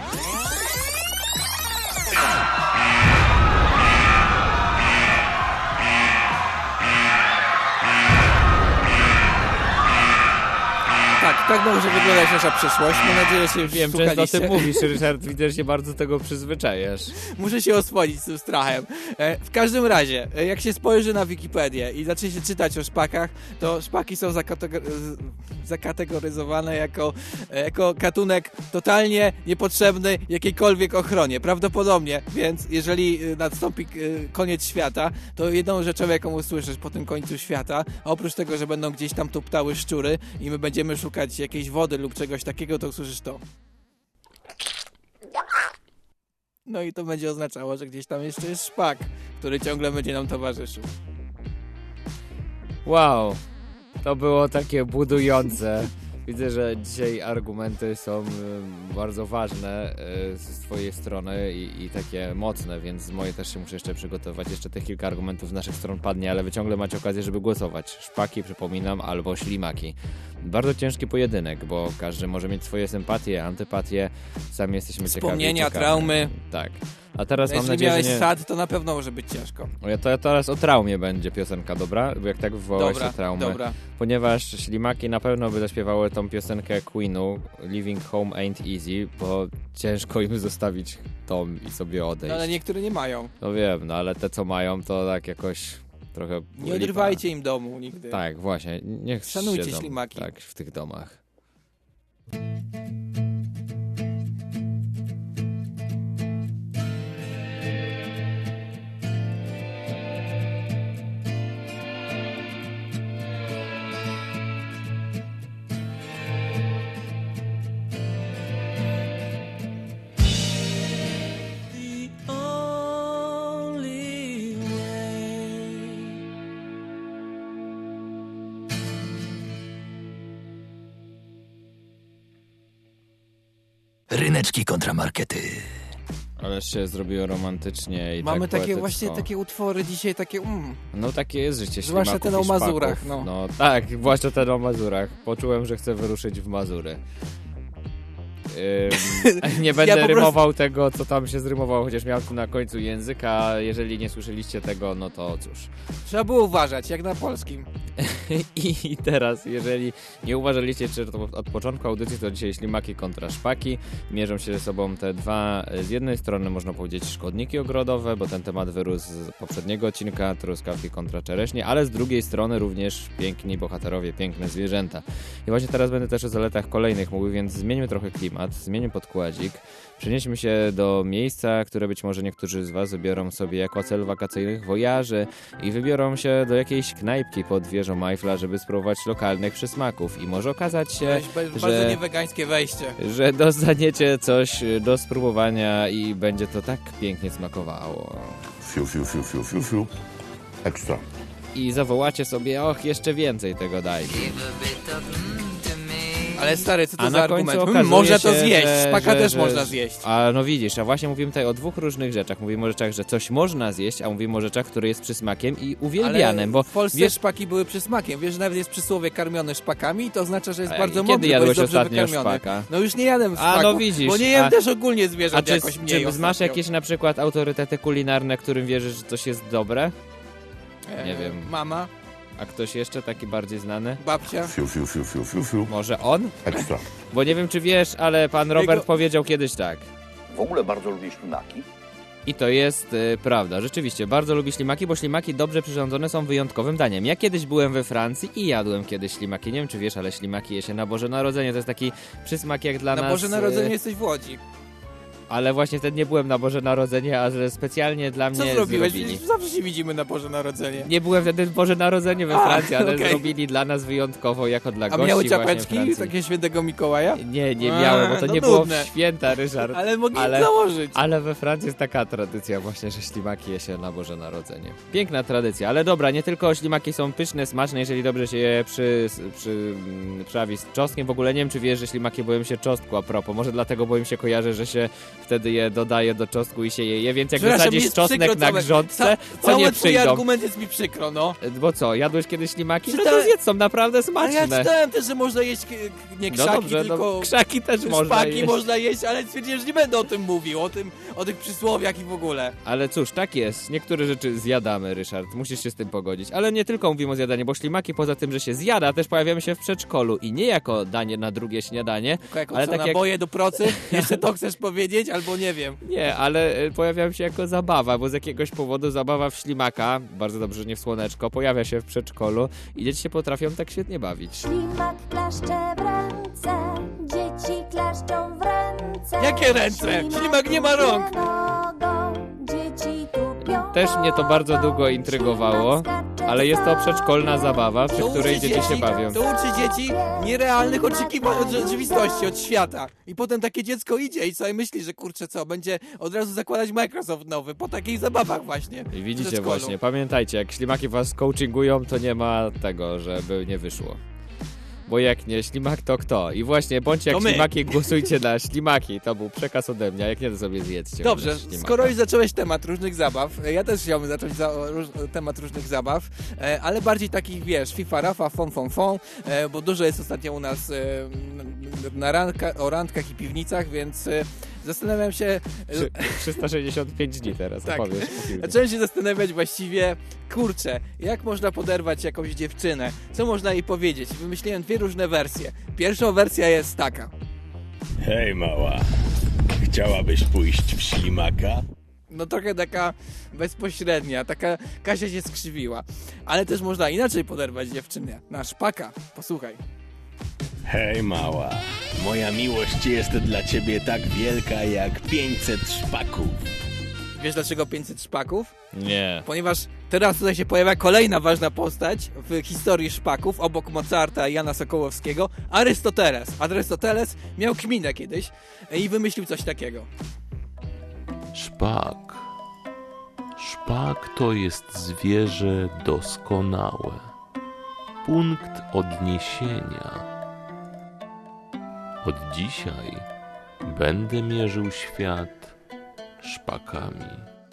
Tak, tak może wyglądać nasza przyszłość. Mam nadzieję, że się Wiem, wsłuchaliście. często o tym mówisz, Ryszard, widzę, że się bardzo do tego przyzwyczajasz. Muszę się oswoić z tym strachem. E, w każdym razie, e, jak się spojrzy na Wikipedię i zacznie się czytać o szpakach, to szpaki są zakategor- z- zakategoryzowane jako, e, jako gatunek totalnie niepotrzebny jakiejkolwiek ochronie. Prawdopodobnie, więc jeżeli e, nastąpi e, koniec świata, to jedną rzeczą, jaką usłyszysz po tym końcu świata, a oprócz tego, że będą gdzieś tam tuptały szczury i my będziemy szukać jakiejś wody lub czegoś takiego, to usłyszysz to. No i to będzie oznaczało, że gdzieś tam jeszcze jest szpak, który ciągle będzie nam towarzyszył. Wow, to było takie budujące. Widzę, że dzisiaj argumenty są y, bardzo ważne y, z twojej strony i, i takie mocne, więc z mojej też się muszę jeszcze przygotować. Jeszcze tych kilka argumentów z naszych stron padnie, ale wy ciągle macie okazję, żeby głosować. Szpaki, przypominam, albo ślimaki. Bardzo ciężki pojedynek, bo każdy może mieć swoje sympatie, antypatie. Sami jesteśmy ciekawi. Wspomnienia, ciekawi. traumy. Tak. A teraz Jeśli mam nadzieję, miałeś że nie... sad, to na pewno może być ciężko. Ja to, teraz o traumie będzie piosenka, dobra? Bo jak tak wywołałeś Dobra, tę traumę. dobra. Ponieważ ślimaki na pewno by zaśpiewały tą piosenkę Queenu Living Home Ain't Easy, bo ciężko im zostawić dom i sobie odejść. No, ale niektóre nie mają. No wiem, no ale te co mają to tak jakoś trochę... Nie odrywajcie im domu nigdy. Tak, właśnie. Niech Szanujcie siedzą, ślimaki. tak, w tych domach. Ryneczki kontramarkety. Ależ się zrobiło romantycznie i Mamy tak takie poetycko. właśnie takie utwory dzisiaj, takie um. No takie jest życie Zwłaszcza ślimaków ten o i szpaków. Mazurach, no. No tak, zwłaszcza ten o Mazurach. Poczułem, że chcę wyruszyć w Mazury. Ym, nie będę ja prostu... rymował tego, co tam się zrymowało, chociaż miałem tu na końcu języka. Jeżeli nie słyszeliście tego, no to cóż. Trzeba było uważać, jak na polskim. I teraz, jeżeli nie uważaliście, czy to od początku audycji, to dzisiaj ślimaki kontra szpaki. Mierzą się ze sobą te dwa, z jednej strony można powiedzieć szkodniki ogrodowe, bo ten temat wyrósł z poprzedniego odcinka, truskawki kontra czereśnie, ale z drugiej strony również piękni bohaterowie, piękne zwierzęta. I właśnie teraz będę też o zaletach kolejnych mówił, więc zmieńmy trochę klimat, zmieńmy podkładzik. Przenieśmy się do miejsca, które być może niektórzy z was wybiorą sobie jako cel wakacyjnych wojaży i wybiorą się do jakiejś knajpki pod wieżą Eiffla, żeby spróbować lokalnych przysmaków. I może okazać się, Bardzo że, niewegańskie wejście. że dostaniecie coś do spróbowania i będzie to tak pięknie smakowało. Fiu, fiu, fiu, fiu, fiu, fiu. Ekstra. I zawołacie sobie, och, jeszcze więcej tego daj mi. Ale stary, co to a za na argument? końcu Hmm, okazuje można to się, zjeść, że, szpaka że, też że, można zjeść. A no widzisz, a właśnie mówimy tutaj o dwóch różnych rzeczach. Mówimy o rzeczach, że coś można zjeść, a mówimy o rzeczach, które jest przysmakiem i uwielbianem, Ale bo w Polsce wiesz, szpaki były przysmakiem. Wiesz, że nawet jest przysłowie karmiony szpakami i to oznacza, że jest A bardzo kiedy mądry, bo jadłeś jest dobrze ostatnio wykarmiony. szpaka? No już nie jadłem szpaków, A no widzisz, bo nie jem a, też ogólnie zwierząt a czy, jakoś mniej czy ostatnio. masz jakieś na przykład autorytety kulinarne, którym wierzysz, że coś jest dobre? E, Nie wiem. Mama. A ktoś jeszcze taki bardziej znany? Babcia. Fiu, fiu, fiu, fiu, fiu, fiu. Może on? Ekstra. Bo nie wiem, czy wiesz, ale pan Robert Jego... powiedział kiedyś tak. W ogóle bardzo lubię ślimaki. I to jest y, prawda, rzeczywiście, bardzo lubię ślimaki, bo ślimaki dobrze przyrządzone są wyjątkowym daniem. Ja kiedyś byłem we Francji i jadłem kiedyś ślimaki, nie wiem czy wiesz, ale ślimaki je się na Boże Narodzenie, to jest taki przysmak jak dla na nas... Na Boże Narodzenie y... jesteś w Łodzi. Ale właśnie wtedy nie byłem na Boże Narodzenie, a że specjalnie dla mnie Co zrobiłeś? zrobili. Zawsze się widzimy na Boże Narodzenie. Nie byłem wtedy w Boże Narodzenie we A, Francji, ale okay. zrobili dla nas wyjątkowo, jako dla A gości miały właśnie czapeczki takie świętego Mikołaja? Nie, nie A, miałem, bo to no nie nudne. było w święta, Ryszard. Ale mogli ale, założyć. Ale we Francji jest taka tradycja właśnie, że ślimaki je się na Boże Narodzenie. Piękna tradycja, ale dobra, nie tylko ślimaki są pyszne, smaczne, jeżeli dobrze się je przy, przy, przyprawi z czosnkiem. W ogóle nie wiem, czy wiesz, że ślimaki boją się czosnku, a propos. Może dlatego, bo im się kojarzy, że się wtedy je dodaje do czosnku i się je je, więc jak wysadzisz czosnek na grządce, to nie Cały twój przyjdą. argument jest mi przykro, no. Bo co, jadłeś kiedyś ślimaki? Czytałem... No to zjedz, są naprawdę Ale smaczne. ja czytałem też, że można jeść nie krzaki, no dobrze, tylko no, krzaki też można szpaki jeść. można jeść, ale stwierdziłem, że nie będę o tym mówił, o tym, o tych przysłowiach i w ogóle. Ale cóż, tak jest. Niektóre rzeczy zjadamy, Ryszard. Musisz się z tym pogodzić. Ale nie tylko mówimy o zjadaniu, bo ślimaki poza tym, że się zjada, też pojawiają się w przedszkolu. I nie jako danie na drugie śniadanie, Tylko jako ale co, tak naboje jak... do procy? Jeszcze to chcesz powiedzieć? Albo nie wiem. Nie, ale y, pojawiają się jako zabawa, bo z jakiegoś powodu zabawa w ślimaka, bardzo dobrze, że nie w słoneczko, pojawia się w przedszkolu i dzieci się potrafią tak świetnie bawić. Ślimak klaszcze w ręce, dzieci klaszczą w ręce. Jakie ręce? Ślimak nie ma rąk. Też mnie to bardzo długo intrygowało, ale jest to przedszkolna zabawa, przy To której uczy dzieci się bawią. To uczy dzieci nierealnych oczekiwań od rzeczywistości, od świata. I potem takie dziecko idzie i sobie myśli, że kurczę co, będzie od razu zakładać Microsoft nowy, po takich zabawach właśnie. I widzicie właśnie, pamiętajcie, jak ślimaki was coachingują, to nie ma tego, żeby nie wyszło. Bo jak nie ślimak, to kto? I właśnie, bądźcie jak To my. ślimaki, głosujcie na ślimaki. To był przekaz ode mnie, a jak nie, to sobie zjedzcie. Dobrze, ślimaka. skoro już zacząłeś temat różnych zabaw, ja też chciałbym zacząć za, róż, temat różnych zabaw, e, ale bardziej takich, wiesz, FIFA, Rafa, fon, fon, fon, e, bo dużo jest ostatnio u nas e, na randka, o randkach i piwnicach, więc e, zastanawiam się... Trzy- trzysta sześćdziesiąt pięć dni teraz, Tak. opowiesz. Zacząłem się zastanawiać właściwie, kurczę, jak można poderwać jakąś dziewczynę, co można jej powiedzieć. Wymyśliłem dwie różne wersje. Pierwsza wersja jest taka. Hej, mała. Chciałabyś pójść w ślimaka? No trochę taka bezpośrednia, taka Kasia się skrzywiła. Ale też można inaczej poderwać dziewczynę. Na szpaka. Posłuchaj. Hej, mała. Moja miłość jest dla ciebie tak wielka jak pięćset szpaków. Wiesz dlaczego pięćset szpaków? Nie. Ponieważ teraz tutaj się pojawia kolejna ważna postać w historii szpaków, obok Mozarta i Jana Sokołowskiego, Arystoteles. Arystoteles miał kminę kiedyś i wymyślił coś takiego. Szpak. Szpak to jest zwierzę doskonałe. Punkt odniesienia. Od dzisiaj będę mierzył świat szpakami.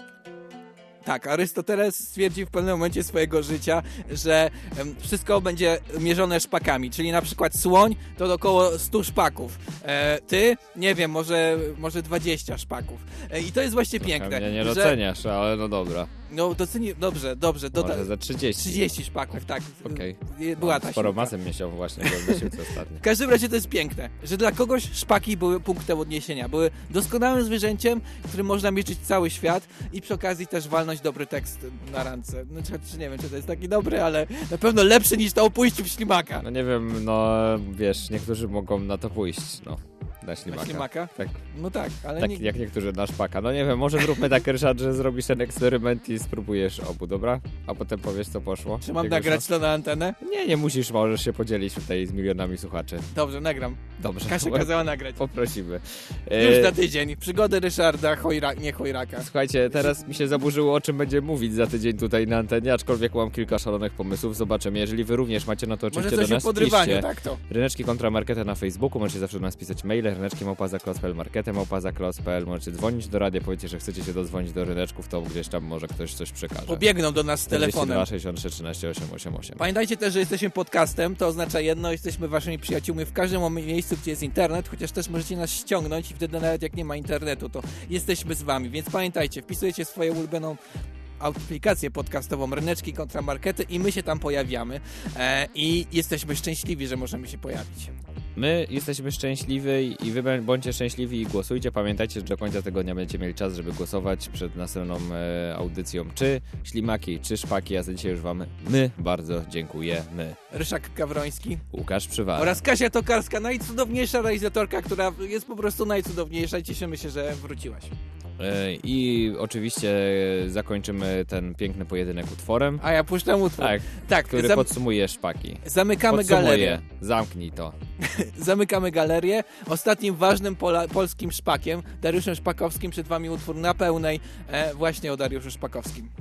Tak, Arystoteles stwierdził w pewnym momencie swojego życia, że em, wszystko będzie mierzone szpakami, czyli na przykład słoń to około stu szpaków. E, ty, nie wiem, może, może dwadzieścia szpaków. E, I to jest właśnie piękne. Mnie nie że- doceniasz, ale no dobra. No doceni... Dobrze, dobrze. Doda... Może za trzydzieści. trzydzieści szpaków, tak. Okej. Była No, ta sporo siłka. masę miesiąc właśnie, bo miesiąc ostatnio. W każdym razie to jest piękne, że dla kogoś szpaki były punktem odniesienia. Były doskonałym zwierzęciem, którym można mierzyć cały świat i przy okazji też walnąć dobry tekst na randce. No czy, czy nie wiem, czy to jest taki dobry, ale na pewno lepszy niż to o pójściu w ślimaka. No nie wiem, no wiesz, niektórzy mogą na to pójść, no. Na ślimaka. Na ślimaka? Tak. No tak, ale Tak nie... jak niektórzy na szpaka. No nie wiem, może zróbmy tak, Ryszard, że zrobisz ten eksperyment i spróbujesz obu, dobra? A potem powiesz, co poszło. Czy mam Jak nagrać wyszło. to na antenę? Nie, nie musisz, możesz się podzielić tutaj z milionami słuchaczy. Dobrze, nagram. Dobrze. Kasia kazała nagrać. Poprosimy. Już E, za tydzień. Przygody Ryszarda, Chojra... nie Chojraka. Słuchajcie, teraz mi się zaburzyło, o czym będziemy mówić za tydzień tutaj na antenie, aczkolwiek mam kilka szalonych pomysłów. Zobaczymy. Jeżeli wy również macie na to oczywiście Może coś do o nas, podrywaniu, piszcie. tak to. Ryneczki kontra Marketę na Facebooku, możecie zawsze do nas pisać maile, ryneczki małpa zaklos kropka p l, marketę małpa zaklos kropka p l, możecie dzwonić do radia, powiedzcie, że chcecie się dodzwonić do ryneczków, to gdzieś tam może ktoś coś przekaże. Pobiegną do nas z telefonem. czterdzieści dwa sześćdziesiąt trzy trzynaście osiemset osiemdziesiąt osiem. Pamiętajcie też, że jesteśmy podcastem, to oznacza jedno, jesteśmy waszymi przyjaciółmi w każdym mom- miejscu, gdzie jest internet, chociaż też możecie nas ściągnąć i wtedy nawet jak nie ma internetu, to jesteśmy z wami, więc pamiętajcie, wpisujecie swoją ulubioną aplikację podcastową Ryneczki kontra Markety i my się tam pojawiamy e, i jesteśmy szczęśliwi, że możemy się pojawić. My jesteśmy szczęśliwi i wy bądźcie szczęśliwi i głosujcie. Pamiętajcie, że do końca tygodnia będziecie mieli czas, żeby głosować przed następną e, audycją. Czy ślimaki, czy szpaki. A za dzisiaj już wam my bardzo dziękujemy. Ryszard Gawroński Łukasz Przywara oraz Kasia Tokarska, najcudowniejsza realizatorka, która jest po prostu najcudowniejsza i cieszymy się, że wróciłaś. E, I oczywiście zakończymy ten piękny pojedynek utworem. A ja puszczam utwór. Tak, tak który zam- podsumuje szpaki. Zamykamy Podsumuję. galerię. Zamknij to. Zamykamy galerię. Ostatnim ważnym pola- polskim szpakiem, Dariuszem Szpakowskim, przed wami utwór na pełnej, e, właśnie o Dariuszu Szpakowskim.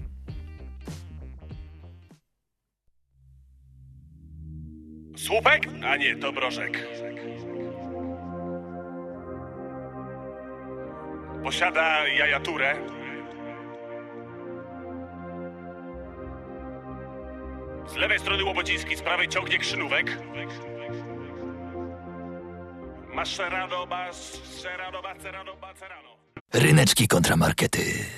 Słupek? A nie, to brożek. Posiada jajaturę. Z lewej strony Łobociński, z prawej ciągnie krzynówek. Maszerano, maszerano, macerano, macerano. Ryneczki kontra Markety.